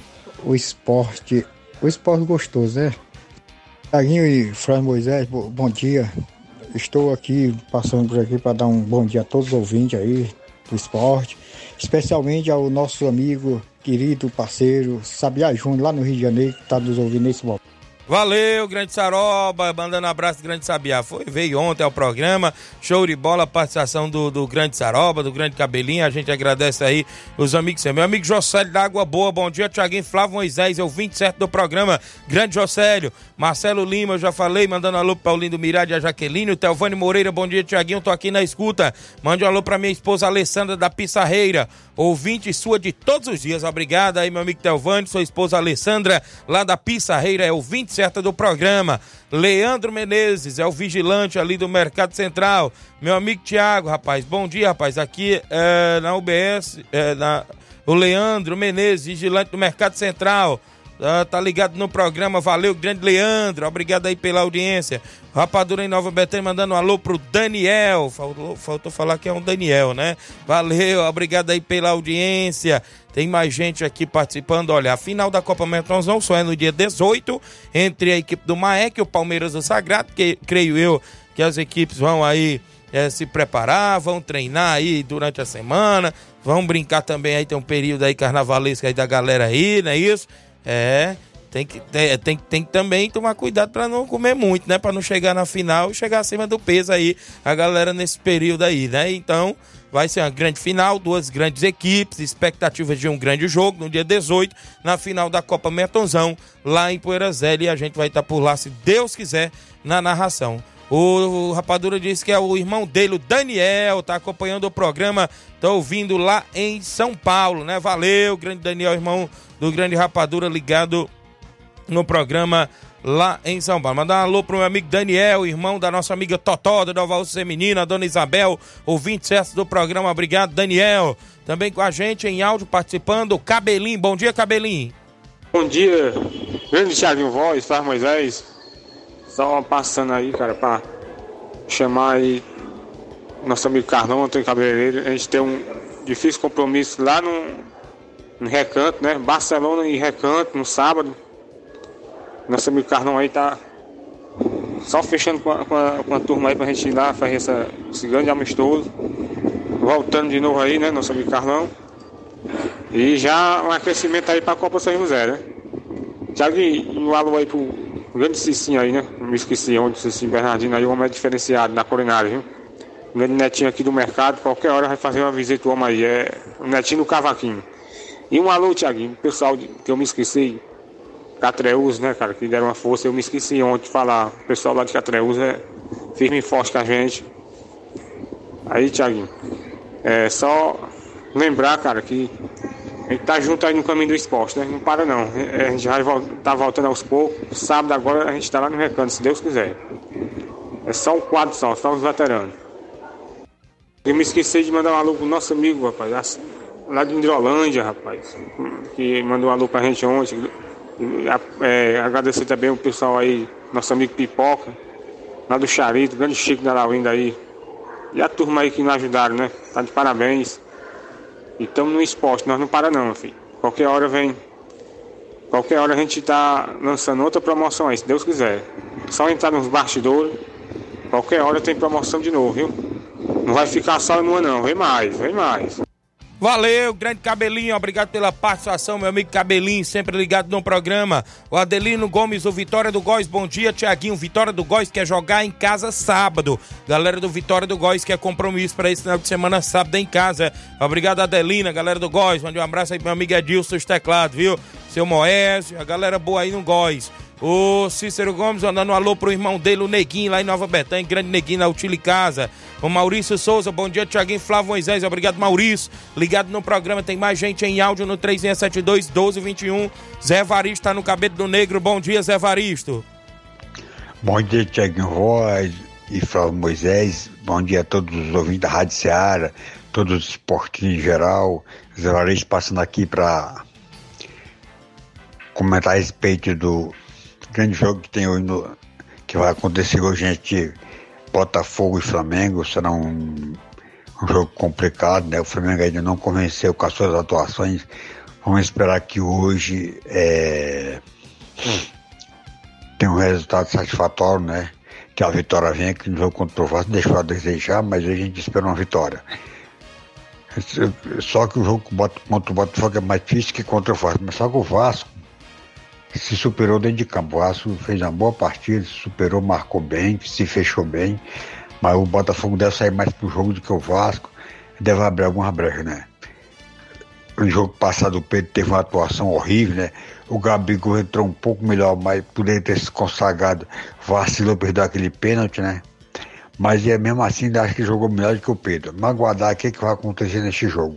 o esporte, o esporte gostoso, né? Tiaguinho e Flávio Moisés, bom, bom dia. Estou aqui, passando por aqui para dar um bom dia a todos os ouvintes aí do esporte, especialmente ao nosso amigo, querido parceiro Sabiá Júnior, lá no Rio de Janeiro, que está nos ouvindo nesse momento. Valeu, grande Saroba, mandando um abraço, grande Sabiá. Foi, veio ontem ao programa, show de bola, a participação do, do grande Saroba, do grande Cabelinho, a gente agradece aí os amigos. Meu amigo Josélio da Água Boa, bom dia, Tiaguinho, Flávio Moisés, é o vinte e sete do programa, grande Josélio. Marcelo Lima, eu já falei, mandando um alô pro Paulinho do Mirade, a Jaqueline, o Telvani Moreira, bom dia, Tiaguinho, tô aqui na escuta. Mande um alô pra minha esposa Alessandra da Pissarreira, ouvinte sua de todos os dias, obrigado aí, meu amigo Telvani, sua esposa Alessandra, lá da Pissarreira, é o vinte e sete do programa. Leandro Menezes, é o vigilante ali do Mercado Central. Meu amigo Tiago, rapaz, bom dia, rapaz, aqui é, na U B S, é, na, o Leandro Menezes, vigilante do Mercado Central. Ah, tá ligado no programa, valeu, grande Leandro, obrigado aí pela audiência. Rapadura em Nova Betânia mandando um alô pro Daniel, faltou, faltou falar que é um Daniel, né? Valeu, obrigado aí pela audiência. Tem mais gente aqui participando, olha, a final da Copa Metonzão só é no dia dezoito, entre a equipe do Maek e o Palmeiras do Sagrado, que creio eu que as equipes vão aí é, se preparar, vão treinar aí durante a semana, vão brincar também aí, tem um período aí carnavalesco aí da galera aí, não é isso? É, tem que, tem, tem, tem que também tomar cuidado para não comer muito, né? Para não chegar na final e chegar acima do peso aí, a galera nesse período aí, né? Então, vai ser uma grande final, duas grandes equipes, expectativas de um grande jogo no dia dezoito, na final da Copa Metonzão, lá em Poeira Zélia, e a gente vai estar por lá, se Deus quiser, na narração. O Rapadura disse que é o irmão dele, o Daniel, tá acompanhando o programa, tá ouvindo lá em São Paulo, né? Valeu, grande Daniel, irmão do grande Rapadura, ligado no programa lá em São Paulo. Mandar um alô pro meu amigo Daniel, irmão da nossa amiga Totó, da Nova Rússia Feminina, a dona Isabel, ouvinte certo do programa, obrigado, Daniel. Também com a gente em áudio participando, o Cabelinho, bom dia, Cabelinho. Bom dia, grande Thiaguinho Voz, Flávio Moisés. Só passando aí, cara, pra chamar aí nosso amigo Carlão, Antônio Cabeleireiro. A gente tem um difícil compromisso lá no, no Recanto, né? Barcelona e Recanto, no sábado. Nosso amigo Carlão aí tá só fechando com a, com a, com a turma aí pra gente ir lá fazer essa, esse grande amistoso. Voltando de novo aí, né? Nosso amigo Carlão. E já um aquecimento aí pra Copa São José, né? Thiago, um alô aí pro o grande Cicinho aí, né? Não me esqueci onde, o Cicinho Bernardino aí, o homem é diferenciado na culinária, viu? O grande Netinho aqui do mercado, qualquer hora vai fazer uma visita ao homem aí, é o Netinho do Cavaquinho. E um alô, Thiaguinho, pessoal de, que eu me esqueci, Catreus, né, cara, que deram uma força, eu me esqueci ontem de falar, o pessoal lá de Catreus é firme e forte com a gente. Aí, Thiaguinho, é só lembrar, cara, que a gente tá junto aí no caminho do esporte, né? Não para não. A gente vai tá voltando aos poucos. Sábado agora a gente tá lá no Recanto, se Deus quiser. É só um quadro só, só os veteranos. Eu me esqueci de mandar um alô pro nosso amigo, rapaz, lá de Indrolândia, rapaz, que mandou um alô pra gente ontem. É, agradecer também o pessoal aí, nosso amigo Pipoca, lá do Charito, grande Chico da Laurinda aí. E a turma aí que nos ajudaram, né? Tá de parabéns. E estamos no esporte, nós não paramos não, filho. Qualquer hora vem. Qualquer hora a gente tá lançando outra promoção aí, se Deus quiser. Só entrar nos bastidores. Qualquer hora tem promoção de novo, viu? Não vai ficar só numa não, vem mais, vem mais. Valeu, grande Cabelinho, obrigado pela participação, meu amigo Cabelinho, sempre ligado no programa. O Adelino Gomes, o Vitória do Góis, bom dia, Tiaguinho. Vitória do Góis quer jogar em casa sábado. Galera do Vitória do Góis quer compromisso para esse final de semana, sábado em casa. Obrigado, Adelina, galera do Góis. Mande um abraço aí pro meu amigo Edilson, os teclados, viu? Seu Moésio, a galera boa aí no Góis. O Cícero Gomes mandando um alô pro irmão dele, o Neguinho, lá em Nova Betânia, grande Neguinho, na Utile Casa. O Maurício Souza, bom dia, Tiaguinho, Flávio Moisés, obrigado, Maurício. Ligado no programa, tem mais gente em áudio no três seis sete dois, um dois dois um. Zé Evaristo tá no Cabelo do Negro, bom dia, Zé Evaristo. Bom dia, Tiaguinho Voz e Flávio Moisés, bom dia a todos os ouvintes da Rádio Ceará, todos os esportistas em geral. Zé Evaristo passando aqui para comentar a respeito do grande jogo que tem hoje no, que vai acontecer hoje entre Botafogo e Flamengo. Será um, um jogo complicado, né? O Flamengo ainda não convenceu com as suas atuações. Vamos esperar que hoje é, tenha um resultado satisfatório, né? Que a vitória venha, que no jogo contra o Vasco deixou a desejar, mas hoje a gente espera uma vitória. Só que o jogo contra o Botafogo é mais difícil que contra o Vasco, mas só que o Vasco se superou dentro de campo. O Vasco fez uma boa partida, se superou, marcou bem, se fechou bem, mas o Botafogo deve sair mais pro jogo do que o Vasco, deve abrir alguma brecha, né? No jogo passado o Pedro teve uma atuação horrível, né? O Gabigol entrou um pouco melhor, mas poderia ter se consagrado, vacilou, perdeu aquele pênalti, né? Mas é mesmo assim, ainda acho que jogou melhor do que o Pedro. Vamos aguardar o que, que vai acontecer neste jogo.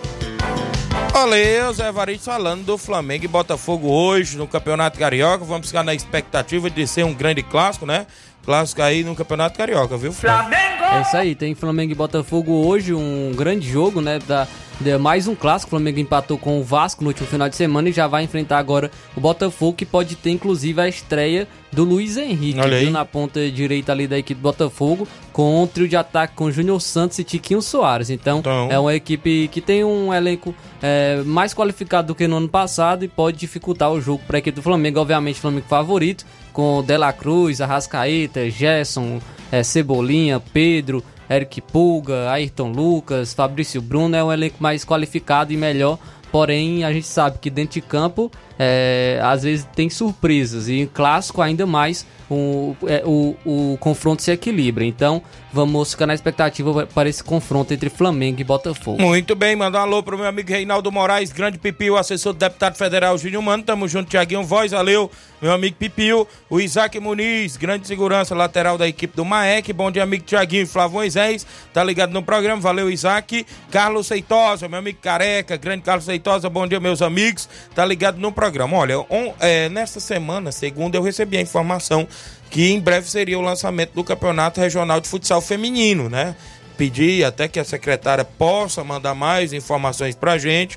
Valeu, Zé Evaristo falando do Flamengo e Botafogo hoje no Campeonato Carioca. Vamos ficar na expectativa de ser um grande clássico, né? Clássico aí no Campeonato Carioca, viu? Flamengo! É isso aí, tem Flamengo e Botafogo hoje, um grande jogo, né? Da, de mais um clássico. O Flamengo empatou com o Vasco no último final de semana e já vai enfrentar agora o Botafogo, que pode ter inclusive a estreia do Luiz Henrique, viu, na ponta direita ali da equipe do Botafogo, com um trio de ataque com Júnior Santos e Tiquinho Soares. Então, então... é uma equipe que tem um elenco é, mais qualificado do que no ano passado e pode dificultar o jogo para a equipe do Flamengo. Obviamente, o Flamengo favorito, com De La Cruz, Arrascaeta, Gerson, é, Cebolinha, Pedro, Eric Pulga, Ayrton Lucas, Fabrício Bruno. É um elenco mais qualificado e melhor, porém a gente sabe que dentro de campo é, às vezes tem surpresas, e em clássico ainda mais o, é, o, o confronto se equilibra. Então vamos ficar na expectativa para esse confronto entre Flamengo e Botafogo. Muito bem, manda um alô pro meu amigo Reinaldo Moraes, grande Pipio, assessor do deputado federal Júnior Mano. Tamo junto, Tiaguinho Voz, valeu, meu amigo Pipio. O Isaac Muniz, grande segurança lateral da equipe do Maek. Bom dia, amigo Tiaguinho. Flávio Moisés, tá ligado no programa, valeu, Isaac. Carlos Seitosa, meu amigo Careca, grande Carlos Seitosa, bom dia, meus amigos, tá ligado no programa. Olha, on, é, nesta semana, segunda, eu recebi a informação que em breve seria o lançamento do Campeonato Regional de Futsal Feminino, né? Pedi até que a secretária possa mandar mais informações pra gente.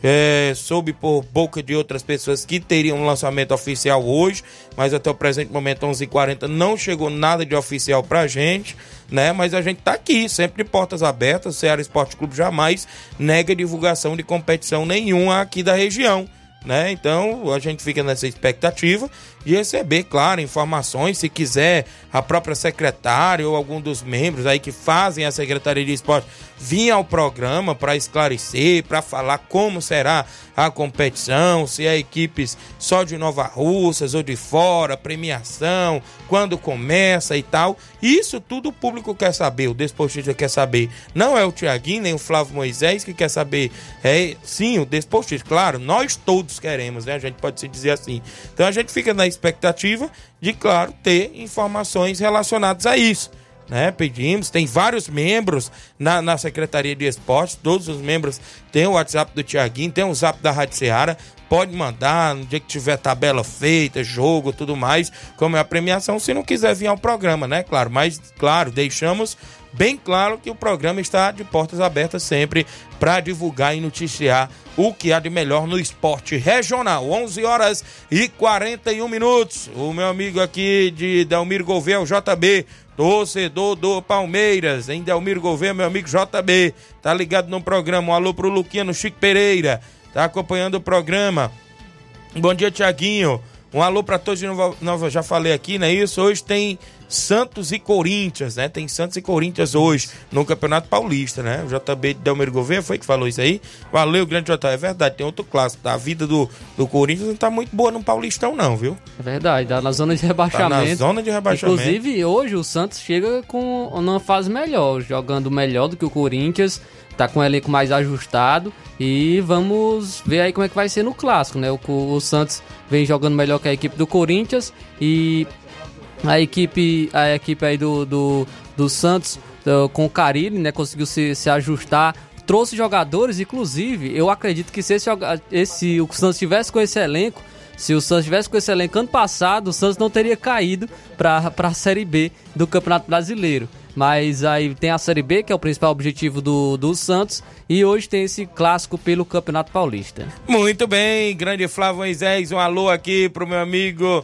É, soube por boca de outras pessoas que teriam um lançamento oficial hoje, mas até o presente momento, onze e quarenta, não chegou nada de oficial pra gente, né? Mas a gente tá aqui, sempre de portas abertas. O Ceará Esporte Clube jamais nega divulgação de competição nenhuma aqui da região, né? Então a gente fica nessa expectativa de receber, claro, informações. Se quiser a própria secretária ou algum dos membros aí que fazem a Secretaria de Esporte vir ao programa para esclarecer, para falar como será a competição, se é equipes só de Nova Russas ou de fora, premiação, quando começa e tal. Isso tudo o público quer saber, o desportista quer saber. Não é o Tiaguinho nem o Flávio Moisés que quer saber, é sim o desportista. Claro, nós todos queremos, né? A gente pode se dizer assim. Então a gente fica na expectativa de, claro, ter informações relacionadas a isso, né? Pedimos, tem vários membros na, na Secretaria de Esportes, todos os membros têm o WhatsApp do Tiaguinho, tem o Zap da Rádio Ceará, pode mandar no dia que tiver tabela feita, jogo, tudo mais, como é a premiação, se não quiser vir ao programa, né? Claro, mas, claro, deixamos bem claro que o programa está de portas abertas sempre para divulgar e noticiar o que há de melhor no esporte regional. onze horas e quarenta e um minutos. O meu amigo aqui de Delmiro Gouveia, o J B, torcedor do Palmeiras, em Delmiro Gouveia, meu amigo J B, tá ligado no programa. Um alô pro Luquiano Chico Pereira, tá acompanhando o programa. Bom dia, Tiaguinho. Um alô para todos de Nova, Nova, já falei aqui, não é isso? Hoje tem Santos e Corinthians, né? Tem Santos e Corinthians hoje no Campeonato Paulista, né? O J B de Delmiro Gouveia foi que falou isso aí. Valeu, grande J. É verdade, tem outro clássico. A vida do, do Corinthians não tá muito boa no Paulistão, não, viu? É verdade, tá na zona de rebaixamento. Tá na zona de rebaixamento. Inclusive, hoje o Santos chega com uma fase melhor, jogando melhor do que o Corinthians. Tá com o elenco mais ajustado e vamos ver aí como é que vai ser no clássico, né? O, o Santos vem jogando melhor que a equipe do Corinthians e a equipe, a equipe aí do, do, do Santos do, com o Carille, né? Conseguiu se, se ajustar, trouxe jogadores, inclusive, eu acredito que se esse, esse, o Santos tivesse com esse elenco, se o Santos tivesse com esse elenco ano passado, o Santos não teria caído para a Série B do Campeonato Brasileiro. Mas aí tem a Série B, que é o principal objetivo do, do Santos, e hoje tem esse clássico pelo Campeonato Paulista. Muito bem, grande Flávio Moisés, um alô aqui pro meu amigo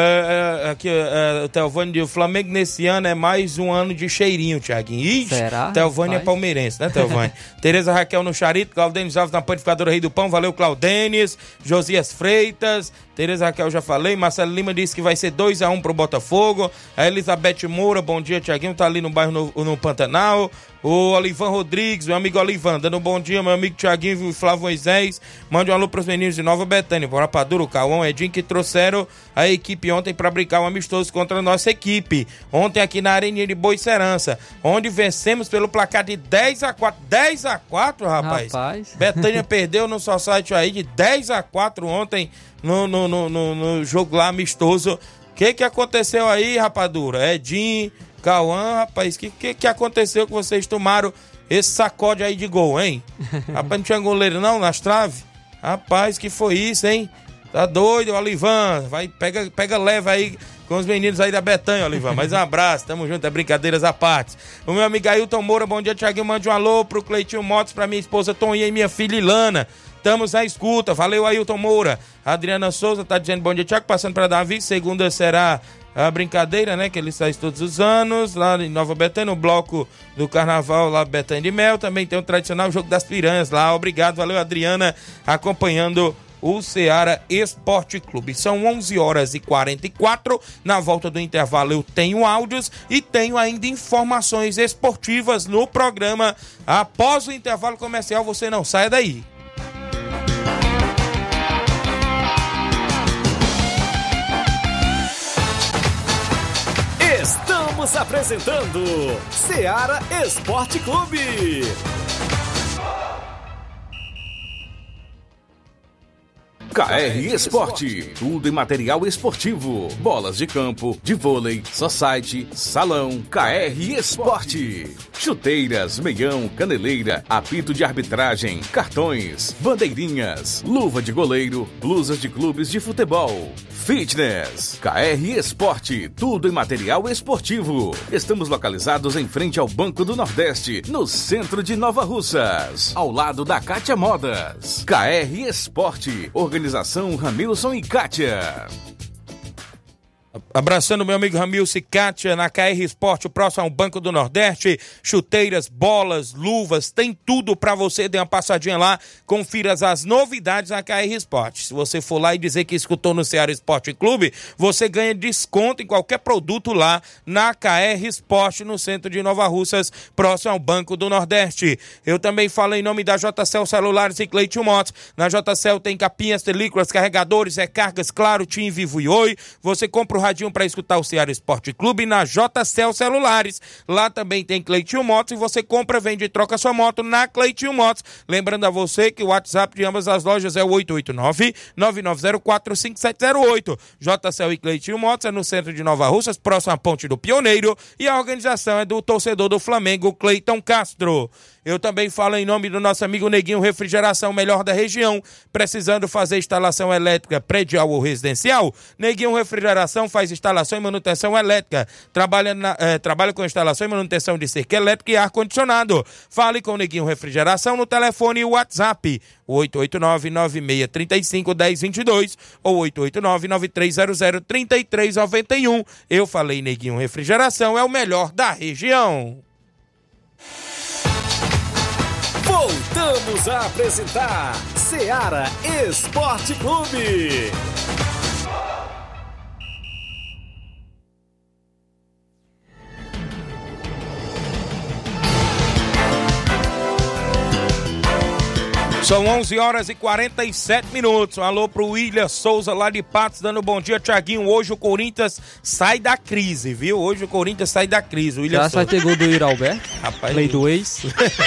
uh, uh, aqui, uh, o Telvânio. O Flamengo nesse ano é mais um ano de cheirinho, Thiaguinho. Ixi, será? Telvânio é palmeirense, né, Telvânio? Tereza Raquel no Charito, Claudênis Alves na Panificadora Rei do Pão, valeu, Claudênis. Josias Freitas, Tereza Raquel já falei, Marcelo Lima disse que vai ser dois a um pro Botafogo. A Elizabeth Moura, bom dia, Thiaguinho, tá ali no bairro no, no Pantanal. O Olivan Rodrigues, meu amigo Olivan, dando um bom dia, meu amigo Thiaguinho e Flávio Moisés. Mande um alô pros meninos de Nova Betânia, o Rapadura, o Cauã, o Edinho, que trouxeram a equipe ontem para brincar um amistoso contra a nossa equipe. Ontem aqui na Areninha de Boicerança, onde vencemos pelo placar de dez a quatro. dez a quatro, rapaz. Rapaz. Betânia perdeu no Society aí de dez a quatro ontem no, no, no, no, no jogo lá amistoso. O que que aconteceu aí, Rapadura? Edinho, Cauã, rapaz, o que, que que aconteceu que vocês tomaram esse sacode aí de gol, hein? Rapaz, não tinha goleiro não nas traves? Rapaz, que foi isso, hein? Tá doido, Olivan? Vai, pega, pega leve aí com os meninos aí da Betânia, Olivan. Mais um abraço, tamo junto, é brincadeiras à parte. O meu amigo Ailton Moura, bom dia, Thiaguinho, mande um alô pro Cleitinho Motos, pra minha esposa Toninha e minha filha Ilana. Estamos à escuta, valeu, Ailton Moura. A Adriana Souza tá dizendo bom dia, Thiago, passando para Davi, segunda será a brincadeira, né, que ele faz todos os anos, lá em Nova Betânia, no bloco do Carnaval, lá Betânia de Mel, também tem o tradicional Jogo das Piranhas lá, obrigado, valeu, Adriana, acompanhando o Ceará Esporte Clube. São onze horas e quarenta e quatro, na volta do intervalo eu tenho áudios e tenho ainda informações esportivas no programa. Após o intervalo comercial, você não saia daí. Estamos apresentando Ceará Esporte Clube. K R Esporte, tudo em material esportivo, bolas de campo, de vôlei, society, salão, K R Esporte, chuteiras, meião, caneleira, apito de arbitragem, cartões, bandeirinhas, luva de goleiro, blusas de clubes de futebol, fitness, K R Esporte, tudo em material esportivo. Estamos localizados em frente ao Banco do Nordeste, no centro de Nova Russas, ao lado da Kátia Modas. K R Esporte, Organização Ramilson e Kátia. Abraçando meu amigo Ramilson e Kátia na K R Esporte, o próximo ao Banco do Nordeste, chuteiras, bolas, luvas, tem tudo pra você, dê uma passadinha lá, confira as novidades na K R Esporte. Se você for lá e dizer que escutou no Ceará Esporte Clube, você ganha desconto em qualquer produto lá na K R Esporte, no centro de Nova Russas, próximo ao Banco do Nordeste. Eu também falo em nome da J C L Celulares e Cleitinho Motos. Na J C L tem capinhas, películas, carregadores, recargas, claro, Tim, Vivo e Oi. Você compra o radinho para escutar o Ceará Esporte Clube na J C L Celulares. Lá também tem Cleitinho Motos e você compra, vende e troca sua moto na Cleitinho Motos. Lembrando a você que o WhatsApp de ambas as lojas é o oito oito nove, nove nove zero quatro, cinco sete zero oito. J C L e Cleitinho Motos é no centro de Nova Russas, próximo à Ponte do Pioneiro, e a organização é do torcedor do Flamengo, Cleiton Castro. Eu também falo em nome do nosso amigo Neguinho Refrigeração, melhor da região. Precisando fazer instalação elétrica predial ou residencial? Neguinho Refrigeração faz instalação e manutenção elétrica. Trabalha, na, eh, trabalha com instalação e manutenção de cerca elétrica e ar-condicionado. Fale com o Neguinho Refrigeração no telefone e WhatsApp. oito oito nove, nove seis três cinco, um zero dois dois ou oito oito nove, nove três zero zero, três três nove um. Eu falei Neguinho Refrigeração, é o melhor da região. Voltamos a apresentar Seara Esporte Clube. São onze horas e quarenta e sete minutos. Um alô pro William Souza lá de Patos, dando bom dia, Thiaguinho. Hoje o Corinthians sai da crise, viu? Hoje o Corinthians sai da crise. O William Já vai ter gol do Yuri Alberto? Rapaz, lei do ex.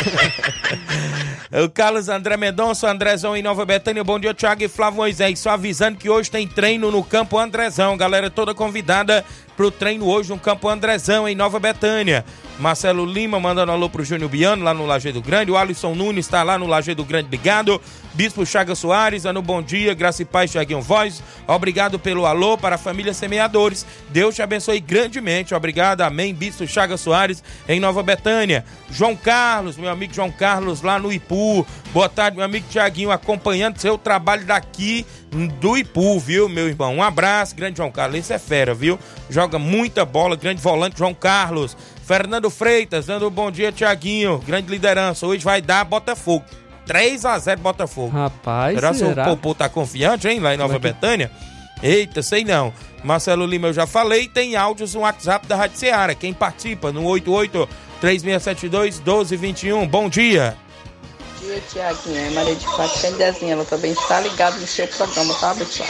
O Carlos André Mendonça, Andrezão em Nova Betânia. Bom dia, Thiago e Flávio Moisés. Só avisando que hoje tem treino no Campo Andrezão. Galera toda convidada pro treino hoje no Campo Andrezão, em Nova Betânia. Marcelo Lima mandando alô pro Júnior Biano, lá no Lajeado Grande. O Alisson Nunes está lá no Lajeado Grande ligado. Bispo Chagas Soares, dando bom dia. Graça e paz, Thiaguinho Voz. Obrigado pelo alô para a família Semeadores. Deus te abençoe grandemente. Obrigado, amém. Bispo Chagas Soares, em Nova Betânia. João Carlos, meu amigo João Carlos, lá no Ipu. Boa tarde, meu amigo Thiaguinho, acompanhando seu trabalho daqui do Ipu, viu, meu irmão? Um abraço, grande João Carlos. Esse é fera, viu? Joga muita bola, grande volante João Carlos. Fernando Freitas, dando um bom dia, Thiaguinho. Grande liderança. Hoje vai dar Botafogo. três a zero Botafogo. Rapaz, será? será? Se o Popô tá confiante, hein, lá em Nova Betânia? Eita, sei não. Marcelo Lima, eu já falei. Tem áudios no WhatsApp da Rádio Ceará. Quem participa no oito oito, três seis sete dois, um dois dois um. Bom dia. Bom dia, Tiaguinho. É Maria de Fátima Candezinha. Ela também está ligada no seu programa, tá, pessoal?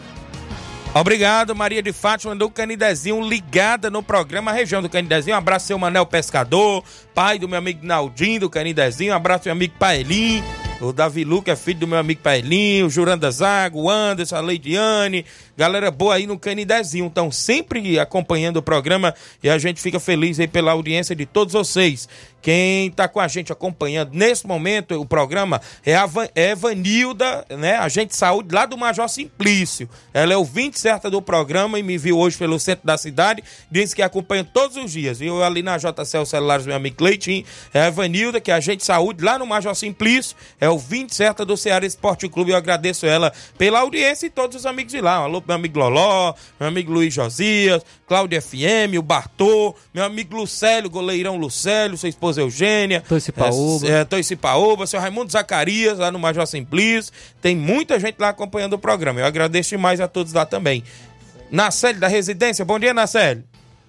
Obrigado, Maria de Fátima do Canidezinho, ligada no programa Região do Canidezinho. Um abraço, seu Manel Pescador, pai do meu amigo Naldinho do Canidezinho. Um abraço, meu amigo Paelinho. O Davi Luca é filho do meu amigo Paelinho, o Juranda Zago, o Anderson, a Leidiane, galera boa aí no Canidezinho, estão sempre acompanhando o programa e a gente fica feliz aí pela audiência de todos vocês. Quem tá com a gente acompanhando nesse momento o programa é a Van, é Vanilda, né, agente de saúde lá do Major Simplício. Ela é ouvinte certa do programa e me viu hoje pelo centro da cidade, disse que acompanha todos os dias, viu? Ali na J C L Celulares, meu amigo Cleitinho, é a Vanilda, que é agente de saúde lá no Major Simplício, é ouvinte certa do Ceará Esporte Clube. Eu agradeço ela pela audiência e todos os amigos de lá. Um alô pro meu amigo Loló, meu amigo Luiz Josias, Cláudio F M, o Bartô, meu amigo Lucélio, goleirão Lucélio, sua esposa Eugênia, Toicipaúba, é, é, Toicipaúba, seu Raimundo Zacarias, lá no Major Simplício. Tem muita gente lá acompanhando o programa. Eu agradeço demais a todos lá também. Nacélio da Residência, bom dia, Nacélio.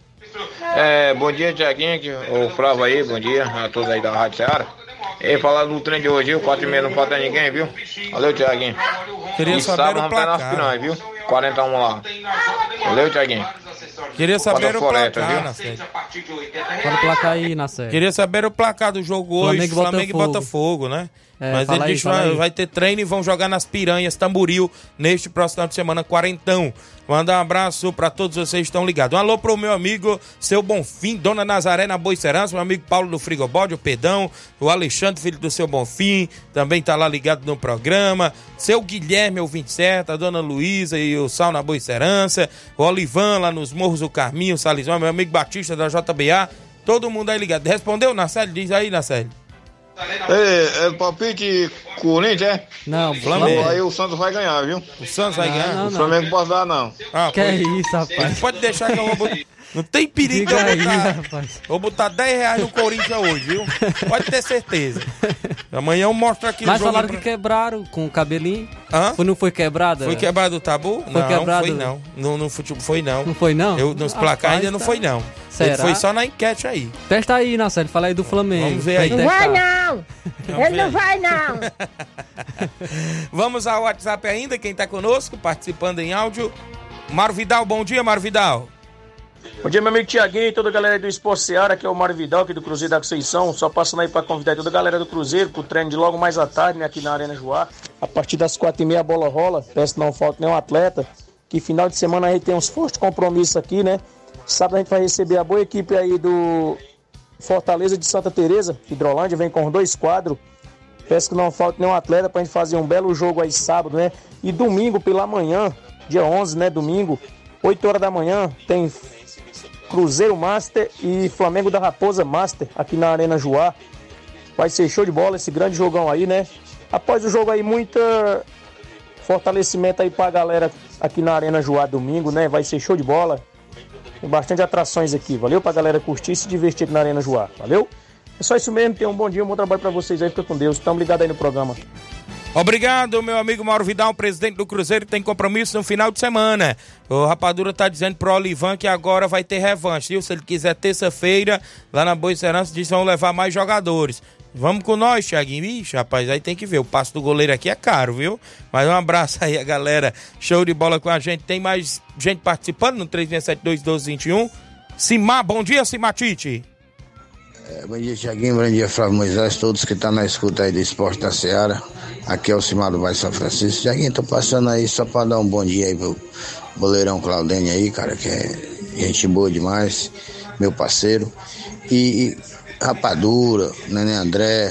É, bom dia, Tiaguinho, o Flávio aí, bom dia a todos aí da Rádio Ceará. E falar do treino de hoje, viu? quatro e meia não falta ninguém, viu? Valeu, Tiaguinho. Queria e saber sábado, o placar. Vamos piranha, viu? quarenta e um lá. Valeu, Tiaguinho. Queria saber o Floresta, placar, viu? Nacélio. Fala o placar aí, Nacélio. Queria saber o placar do jogo hoje, Flamengo, Flamengo e Botafogo. Botafogo, né? É, Mas fala ele aí, disse que fala vai, aí. vai ter treino e vão jogar nas Piranhas, Tamboril, neste próximo final de semana, quarentão. Mandar um abraço pra todos vocês que estão ligados. Um alô pro meu amigo, seu Bonfim, Dona Nazaré na Boicerança, meu amigo Paulo do Frigobode, o Pedão, o Alexandre, filho do seu Bonfim, também tá lá ligado no programa. Seu Guilherme, o vinte e sete, a Dona Luísa e o Sal na Boicerança, o Olivan lá nos Morros do Carminho, o Salizão, meu amigo Batista da J B A, todo mundo aí ligado. Respondeu, Nacélio? Diz aí, Nacélio. É, é palpite Corinthians, é? Não, Flamengo. Aí o Santos vai ganhar, viu? O Santos vai Não, ganhar? não, O Flamengo não pode dar, não. Ah, Que é pois- isso, rapaz? Ele pode deixar que eu vou botar... Não tem perigo de Diga eu aí, botar... rapaz. Vou botar dez reais no Corinthians hoje, viu? Pode ter certeza. Amanhã eu mostro aqui Mas o jogo. falaram pra- que quebraram com o cabelinho. Hã? Foi, não foi quebrado? Foi quebrado o tabu? Foi não, quebrado? foi não. No, no futebol foi não. Não foi não? Eu, nos placar Rapaz, ainda não tá- foi não. Será? Ele foi só na enquete aí. Testa aí, Nacélio. Fala aí do Flamengo. Vamos ver Pra aí. gente Não testar. vai, Não, Vamos ele ver não aí. vai não. Vamos ao WhatsApp ainda, quem tá conosco, participando em áudio. Mário Vidal, bom dia, Mário Vidal. Bom dia, meu amigo Tiaguinho e toda a galera do Esporte Seara, que é o Mário Vidal, aqui do Cruzeiro da Conceição. Só passando aí para convidar toda a galera do Cruzeiro pro treino de logo mais à tarde, né, aqui na Arena Joá. A partir das quatro e meia a bola rola, peço que não falte nenhum atleta. Que final de semana a gente tem uns fortes compromissos aqui, né? Sábado a gente vai receber a boa equipe aí do Fortaleza de Santa Teresa, Hidrolândia, vem com dois quadros. Peço que não falte nenhum atleta pra gente fazer um belo jogo aí sábado, né? E domingo pela manhã, dia onze, né, domingo, oito horas da manhã tem Cruzeiro Master e Flamengo da Raposa Master aqui na Arena Joá. Vai ser show de bola esse grande jogão aí, né? Após o jogo aí, muita fortalecimento aí pra galera aqui na Arena Joá domingo, né? Vai ser show de bola. Tem bastante atrações aqui. Valeu pra galera curtir e se divertir aqui na Arena Joá. Valeu? É só isso mesmo. Tenham um bom dia, um bom trabalho pra vocês aí. Fica com Deus. Tamo ligado aí no programa. Obrigado, meu amigo Mauro Vidal, presidente do Cruzeiro, tem compromisso no final de semana. O Rapadura tá dizendo pro Olivan que agora vai ter revanche, viu? Se ele quiser terça-feira, lá na Boa Serança, diz que vão levar mais jogadores. Vamos com nós, Thiaguinho. Ixi, rapaz, aí tem que ver. O passo do goleiro aqui é caro, viu? Mas um abraço aí, a galera. Show de bola com a gente. Tem mais gente participando no três seis sete dois, um dois dois um. Simar, bom dia, Simatite. É, bom dia, Thiaguinho. Bom dia, Flávio Moisés. Todos que estão tá na escuta aí do Esporte da Seara. Aqui é o Simar do Bairro São Francisco. Thiaguinho, tô passando aí só pra dar um bom dia aí pro goleirão Claudênio aí, cara, que é gente boa demais. Meu parceiro. E... e Rapadura, Nenê André,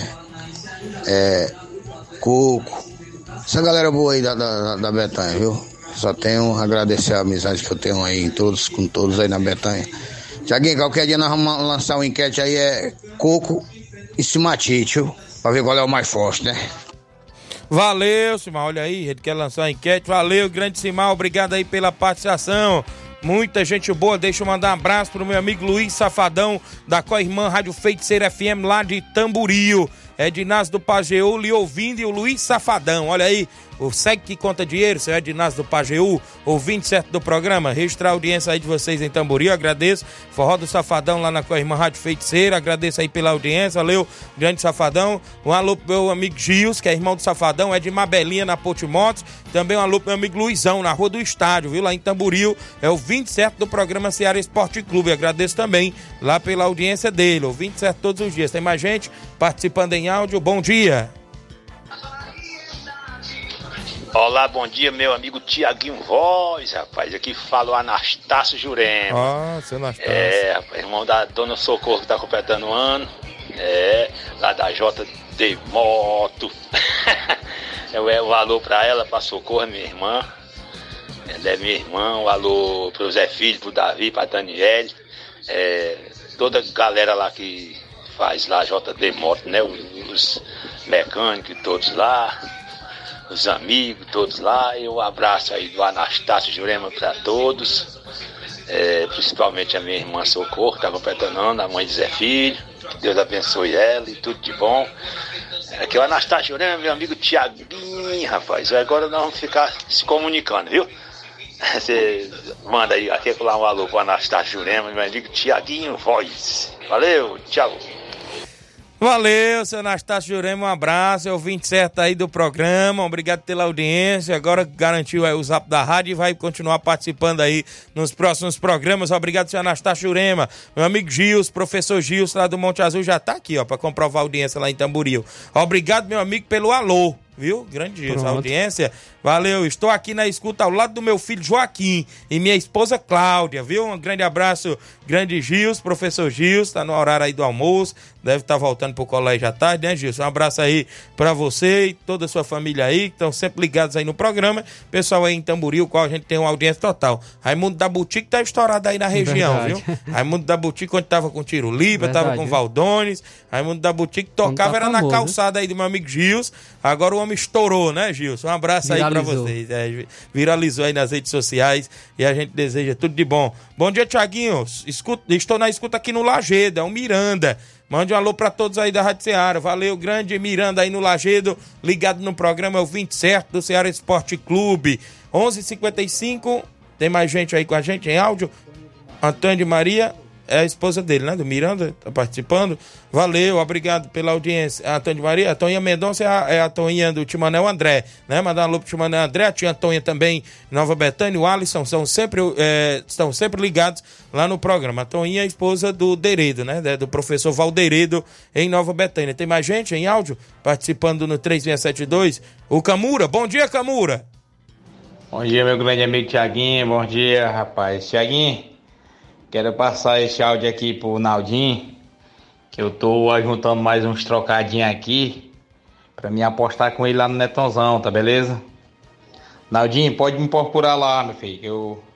é, Coco, essa galera boa aí da, da, da Betanha, viu? Só tenho a agradecer a amizade que eu tenho aí em todos, com todos aí na Betanha. Thiaguinho, qualquer dia nós vamos lançar uma enquete aí, é Coco e Simatite, viu? Pra ver qual é o mais forte, né? Valeu, Simar, olha aí, ele quer lançar a enquete. Valeu, grande Simar, obrigado aí pela participação. Muita gente boa, deixa eu mandar um abraço pro meu amigo Luiz Safadão, da Coirmã Rádio Feiticeira F M, lá de Tamboril. É de Inácio do Pajeú, lhe ouvindo, e o Luiz Safadão, olha aí, o Segue que Conta Dinheiro, seu Edinásio do Pajeú, ouvinte certo do programa, registrar a audiência aí de vocês em Tamboril, agradeço, Forró do Safadão lá na Coirmã Rádio Feiticeira, agradeço aí pela audiência, valeu, grande Safadão, um alô pro meu amigo Gils, que é irmão do Safadão, é de Mabelinha na Potimotos, também um alô pro meu amigo Luizão, na Rua do Estádio, viu, lá em Tamboril, é o vinte certo do programa Ceará Esporte Clube, agradeço também lá pela audiência dele, o vinte certo todos os dias, tem mais gente participando em áudio, bom dia. Olá, bom dia, meu amigo Tiaguinho Voz, rapaz, aqui fala o Anastácio Jurema. Ah, seu Anastácio. É, rapaz, irmão da Dona Socorro que tá completando um ano, é, lá da J D Moto. Eu é um alô pra ela, pra Socorro, minha irmã, ela é minha irmã, um alô pro Zé Filho, pro Davi, pra Daniele, é, toda a galera lá que faz lá J D Moto, né, os mecânicos todos lá, os amigos todos lá, e um abraço aí do Anastácio Jurema para todos, é, principalmente a minha irmã Socorro, que tá completando ano, a mãe de Zé Filho, que Deus abençoe ela e tudo de bom. Aqui é o Anastácio Jurema, meu amigo Tiaguinho, rapaz, agora nós vamos ficar se comunicando, viu? Você manda aí, aqui lá um alô pro Anastácio Jurema, meu amigo Tiaguinho Voz. Valeu, tchau. Valeu, seu Anastácio Jurema, um abraço, é o vinte certo aí do programa, obrigado pela audiência, agora garantiu aí o zap da rádio e vai continuar participando aí nos próximos programas, obrigado, seu Anastácio Jurema, meu amigo Gils, professor Gils lá do Monte Azul já tá aqui, ó, pra comprovar a audiência lá em Tamboril, obrigado, meu amigo, pelo alô, viu, grande Gils, a audiência, valeu, estou aqui na escuta ao lado do meu filho Joaquim e minha esposa Cláudia, viu, um grande abraço, grande Gils, professor Gils, tá no horário aí do almoço, deve estar tá voltando pro colégio à tarde, né, Gils? Um abraço aí pra você e toda a sua família aí, que estão sempre ligados aí no programa. Pessoal aí em Tamboril, qual a gente tem uma audiência total. Raimundo da Boutique tá estourado aí na região, verdade, viu? Raimundo da Boutique, onde tava com Tiro Liba, tava com Valdones. Raimundo da Boutique tocava, tá era famoso, na calçada aí do meu amigo Gils. Agora o homem estourou, né, Gils? Um abraço viralizou aí pra vocês. É, viralizou aí nas redes sociais e a gente deseja tudo de bom. Bom dia, Thiaguinho. Escuta, estou na escuta aqui no Lagedo, é o Miranda. Mande um alô pra todos aí da Rádio Ceará. Valeu, grande Miranda aí no Lagedo, ligado no programa, é o vinte certo do Ceará Esporte Clube. onze e cinquenta e cinco, tem mais gente aí com a gente em áudio. Antônio de Maria, é a esposa dele, né, do Miranda, tá participando. Valeu, obrigado pela audiência. A Antônio de Maria, a Toninha Mendonça é a, é a Toninha do Timanel André, né, mandar um alô pro Timanel André, a tia Antônia também, Nova Betânia, o Alisson, são sempre, é, estão sempre ligados lá no programa. A Toninha é a esposa do Deredo, né, do professor Valderedo em Nova Betânia. Tem mais gente em áudio participando no três seis sete dois? O Camura, bom dia, Camura. Bom dia, meu grande amigo Tiaguinho, bom dia, rapaz. Tiaguinho, quero passar esse áudio aqui pro Naldinho, que eu tô juntando mais uns trocadinhos aqui pra me apostar com ele lá no Netonzão, tá beleza? Naldinho, pode me procurar lá, meu filho, que eu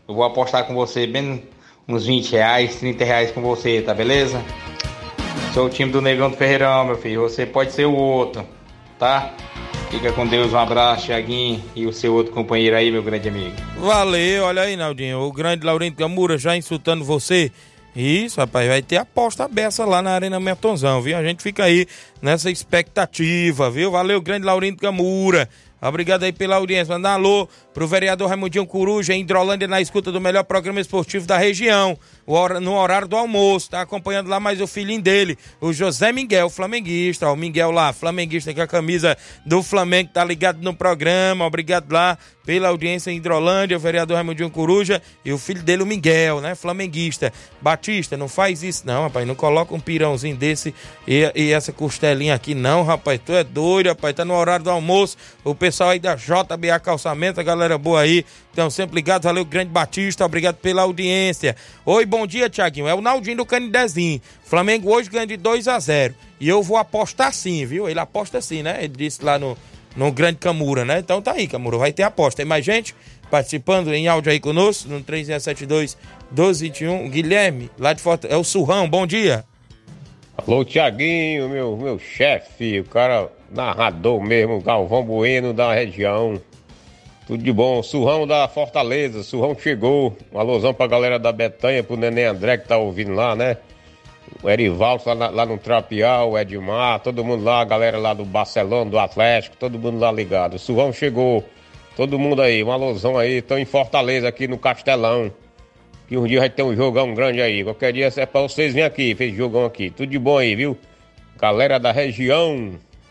Eu vou apostar com você bem uns vinte reais, trinta reais com você, tá beleza? Sou o time do Negão do Ferreirão, meu filho. Você pode ser o outro, tá? Fica com Deus, um abraço, Thiaguinho, e o seu outro companheiro aí, meu grande amigo. Valeu, olha aí, Naldinho, o grande Laurindo Camura já insultando você. Isso, rapaz, vai ter aposta aberta lá na Arena Metonzão, viu? A gente fica aí nessa expectativa, viu? Valeu, grande Laurindo Camura. Obrigado aí pela audiência. Manda um alô pro vereador Raimundinho Coruja, em Hidrolândia, na escuta do melhor programa esportivo da região, no horário do almoço. Tá acompanhando lá mais o filhinho dele, o José Miguel, flamenguista. Ó, o Miguel lá, flamenguista, com a camisa do Flamengo, tá ligado no programa. Obrigado lá pela audiência em Hidrolândia, o vereador Raimundinho Coruja e o filho dele, o Miguel, né? Flamenguista. Batista, não faz isso não, rapaz. Não coloca um pirãozinho desse e, e essa costelinha aqui não, rapaz. Tu é doido, rapaz. Tá no horário do almoço. O pessoal aí da J B A Calçamento, a galera boa aí, estão sempre ligados. Valeu, grande Batista, obrigado pela audiência. Oi, bom dia, Thiaguinho. É o Naldinho do Canidezinho. Flamengo hoje ganha de dois a zero. E eu vou apostar sim, viu? Ele aposta sim, né? Ele disse lá no, no grande Camura, né? Então tá aí, Camura, vai ter aposta. Tem mais gente participando em áudio aí conosco, no três seis sete dois, um dois dois um. Guilherme, lá de Fortaleza, é o Surrão, bom dia. Alô, Thiaguinho, meu, meu chefe, o cara narrador mesmo, Galvão Bueno da região. Tudo de bom. Surrão da Fortaleza, Surrão chegou. Um alôzão pra galera da Betanha, pro Neném André que tá ouvindo lá, né? O Erivaldo lá, lá no Trapial, o Edmar, todo mundo lá, a galera lá do Barcelona, do Atlético, todo mundo lá ligado. Surrão chegou. Todo mundo aí, um alôzão aí. Estão em Fortaleza, aqui no Castelão. Que um dia vai ter um jogão grande aí. Qualquer dia é pra vocês virem aqui, fez jogão aqui. Tudo de bom aí, viu? Galera da região.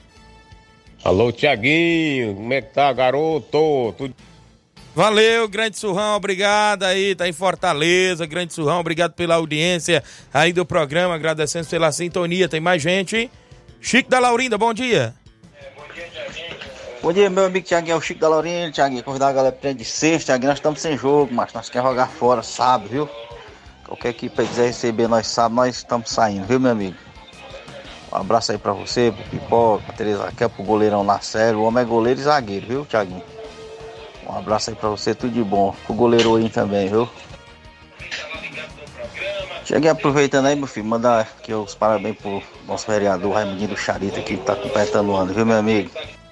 Alô, Thiaguinho, como é que tá, garoto? Tudo... Valeu, grande Surrão, obrigado aí, tá em Fortaleza, grande Surrão, obrigado pela audiência aí do programa, agradecendo pela sintonia. Tem mais gente? Chico da Laurinda, bom dia. Bom dia, meu amigo Thiaguinho, é o Chico da Laurinda. Thiaguinho, convidar a galera para treino de sexta. Thiaguinho, nós estamos sem jogo, mas nós queremos jogar fora, sábado, viu? Qualquer equipe que quiser receber nós sábado, nós estamos saindo, viu, meu amigo? Um abraço aí pra você, pro Pipoca, pra Tereza Raquel, pro goleirão lá sério. O homem é goleiro e zagueiro, viu, Thiaguinho? Um abraço aí pra você, tudo de bom. Pro goleiro aí também, viu? Thiaguinho, aproveitando aí, meu filho, mandar aqui os parabéns pro nosso vereador Raimundinho do Charito, que tá completando o ano, viu, meu amigo?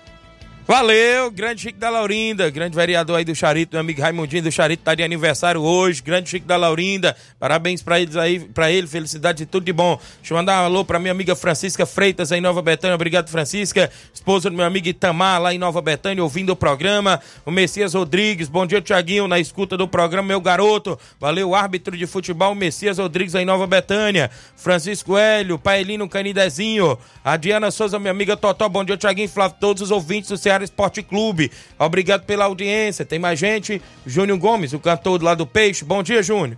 Valeu, grande Chico da Laurinda, grande vereador aí do Charito, meu amigo Raimundinho do Charito, tá de aniversário hoje, grande Chico da Laurinda, parabéns pra eles aí, pra ele, felicidade e tudo de bom. Deixa eu mandar um alô pra minha amiga Francisca Freitas aí em Nova Betânia, obrigado, Francisca, esposa do meu amigo Itamar lá em Nova Betânia, ouvindo o programa, o Messias Rodrigues, bom dia, Thiaguinho, na escuta do programa, meu garoto, valeu, árbitro de futebol, Messias Rodrigues aí em Nova Betânia, Francisco Hélio, Paelino Canidezinho, a Diana Souza, minha amiga Totó, bom dia, Thiaguinho, Flávio, todos os ouvintes do Ceará Esporte Clube, obrigado pela audiência. Tem mais gente? Júnior Gomes, o cantor lá do Peixe, bom dia, Júnior.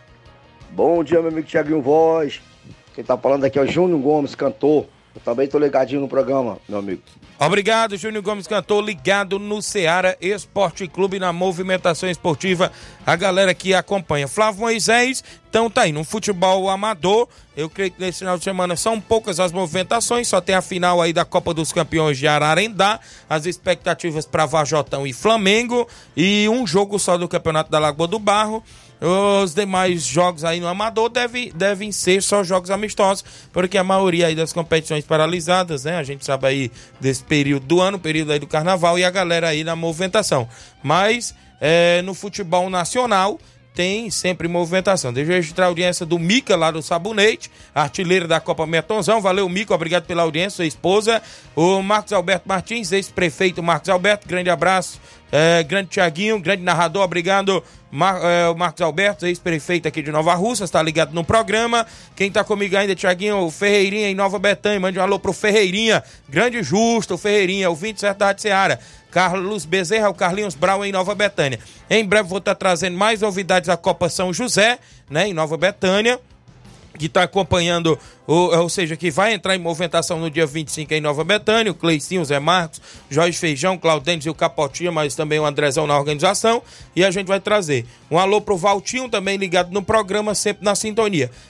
Bom dia, meu amigo Thiaguinho Voz, quem tá falando aqui é o Júnior Gomes, cantor. Eu também tô ligadinho no programa, meu amigo. Obrigado, Júnior Gomes, cantor, ligado no Ceará Esporte Clube, na movimentação esportiva, a galera que acompanha. Flávio Moisés, então tá aí, no futebol amador, eu creio que nesse final de semana são poucas as movimentações, só tem a final aí da Copa dos Campeões de Ararendá, as expectativas para Vajotão e Flamengo, e um jogo só do Campeonato da Lagoa do Barro. Os demais jogos aí no amador deve, devem ser só jogos amistosos, porque a maioria aí das competições paralisadas, né? A gente sabe aí desse período do ano, período aí do carnaval, e a galera aí na movimentação. Mas é, no futebol nacional tem sempre movimentação. Deixa eu registrar a audiência do Mica lá do Sabonete, artilheiro da Copa Metonzão. Valeu, Mica, obrigado pela audiência, sua esposa. O Marcos Alberto Martins, ex-prefeito Marcos Alberto, grande abraço. É, grande Thiaguinho, grande narrador, obrigado, Mar, é, o Marcos Alberto, ex-prefeito aqui de Nova Russas, tá ligado no programa. Quem tá comigo ainda, Thiaguinho, o Ferreirinha em Nova Betânia, mande um alô pro Ferreirinha, grande Justo, o Ferreirinha, ouvinte certo da Rádio Ceará. Carlos Bezerra, o Carlinhos Brau em Nova Betânia. Em breve vou estar trazendo mais novidades da Copa São José, né, em Nova Betânia, que está acompanhando, ou, ou seja, que vai entrar em movimentação no dia vinte e cinco em Nova Betânia, o Cleicinho, o Zé Marcos, Jorge Feijão, Claudêncio e o Capotinha, mas também o Andrezão na organização, e a gente vai trazer um alô pro Valtinho, também ligado no programa, sempre na sintonia.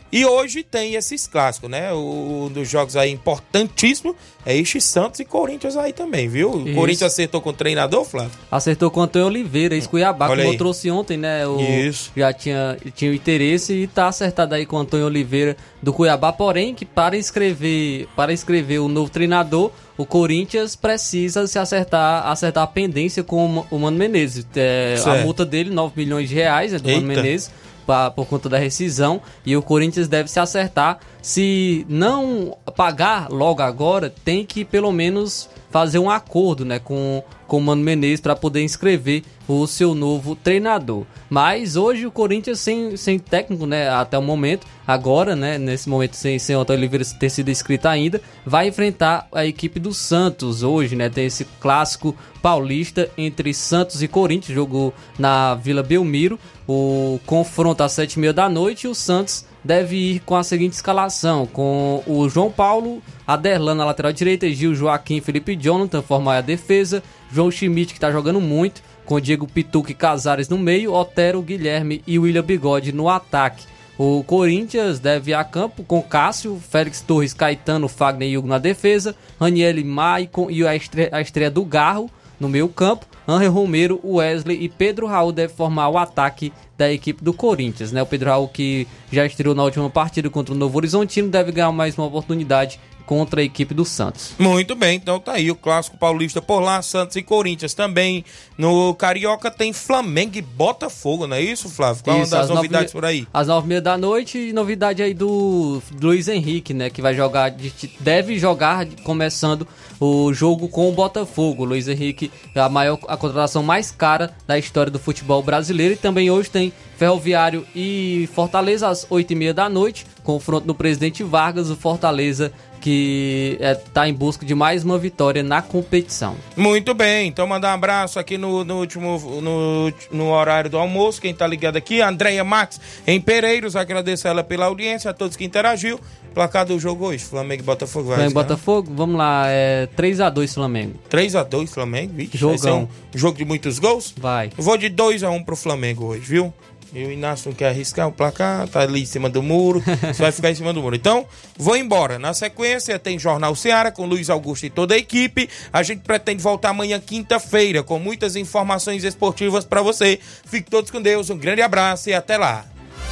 E hoje tem esses clássicos, né? O, um dos jogos aí importantíssimo é este Santos e Corinthians aí também, viu? O Corinthians acertou com o treinador, Flávio? Acertou com o Antônio Oliveira, ex-Cuiabá, como eu trouxe ontem, né? O, Isso. Já tinha, tinha o interesse e tá acertado aí com o Antônio Oliveira do Cuiabá, porém que para inscrever, para inscrever o novo treinador, o Corinthians precisa se acertar, acertar a pendência com o Mano Menezes. É, a multa dele, nove milhões de reais, é do Eita. Mano Menezes, pra, por conta da rescisão, e o Corinthians deve se acertar. Se não pagar logo agora, tem que pelo menos fazer um acordo, né, com, com o Mano Menezes para poder inscrever o seu novo treinador. Mas hoje o Corinthians sem, sem técnico, né, até o momento, agora, né, nesse momento sem, sem o Antônio Oliveira ter sido inscrito ainda, vai enfrentar a equipe do Santos hoje, né, tem esse clássico paulista entre Santos e Corinthians, jogo na Vila Belmiro, o confronto às sete e meia da noite, e o Santos deve ir com a seguinte escalação, com o João Paulo, Aderlan na lateral direita, Gil, Joaquim, Felipe Jonathan formar a defesa, João Schmidt, que está jogando muito, com Diego Pituca e Casares no meio, Otero, Guilherme e William Bigode no ataque. O Corinthians deve ir a campo com Cássio, Félix Torres, Caetano, Fagner e Hugo na defesa, Raniel, Maicon e a estreia, a estreia do Garro no meio campo, Ángel Romero, Wesley e Pedro Raul deve formar o ataque da equipe do Corinthians, né? O Pedro Raul, que já estreou na última partida contra o Novo Horizontino, deve ganhar mais uma oportunidade contra a equipe do Santos. Muito bem, então tá aí o clássico paulista por lá, Santos e Corinthians. Também no Carioca tem Flamengo e Botafogo, não é isso, Flávio? Qual isso, é uma das novidades nove, por aí? Às nove e meia da noite, e novidade aí do Luiz Henrique, né, que vai jogar, deve jogar começando o jogo com o Botafogo. Luiz Henrique é a maior, a contratação mais cara da história do futebol brasileiro. E também hoje tem Ferroviário e Fortaleza às oito e meia da noite, confronto no Presidente Vargas, o Fortaleza que está é, em busca de mais uma vitória na competição. Muito bem, então mandar um abraço aqui no, no último no, no horário do almoço, quem está ligado aqui, Andréia Max em Pereiros, agradeço a ela pela audiência, a todos que interagiu. Placar do jogo hoje, Flamengo e Botafogo. Flamengo e Botafogo, vamos lá, é três a dois Flamengo. três a dois Flamengo, vixe, Jogão. Vai ser um jogo de muitos gols? Vai. Eu vou de dois a um pro Flamengo hoje, viu? E o Inácio não quer arriscar o placar, tá ali em cima do muro, você vai ficar em cima do muro. Então, vou embora. Na sequência, tem Jornal Ceará com Luiz Augusto e toda a equipe. A gente pretende voltar amanhã, quinta-feira, com muitas informações esportivas para você. Fiquem todos com Deus, um grande abraço e até lá.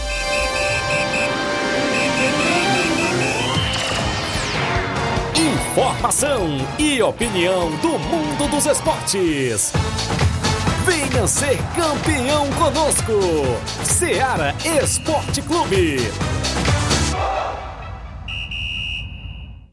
Informação e opinião do mundo dos esportes. Venha ser campeão conosco, Ceará Esporte Clube.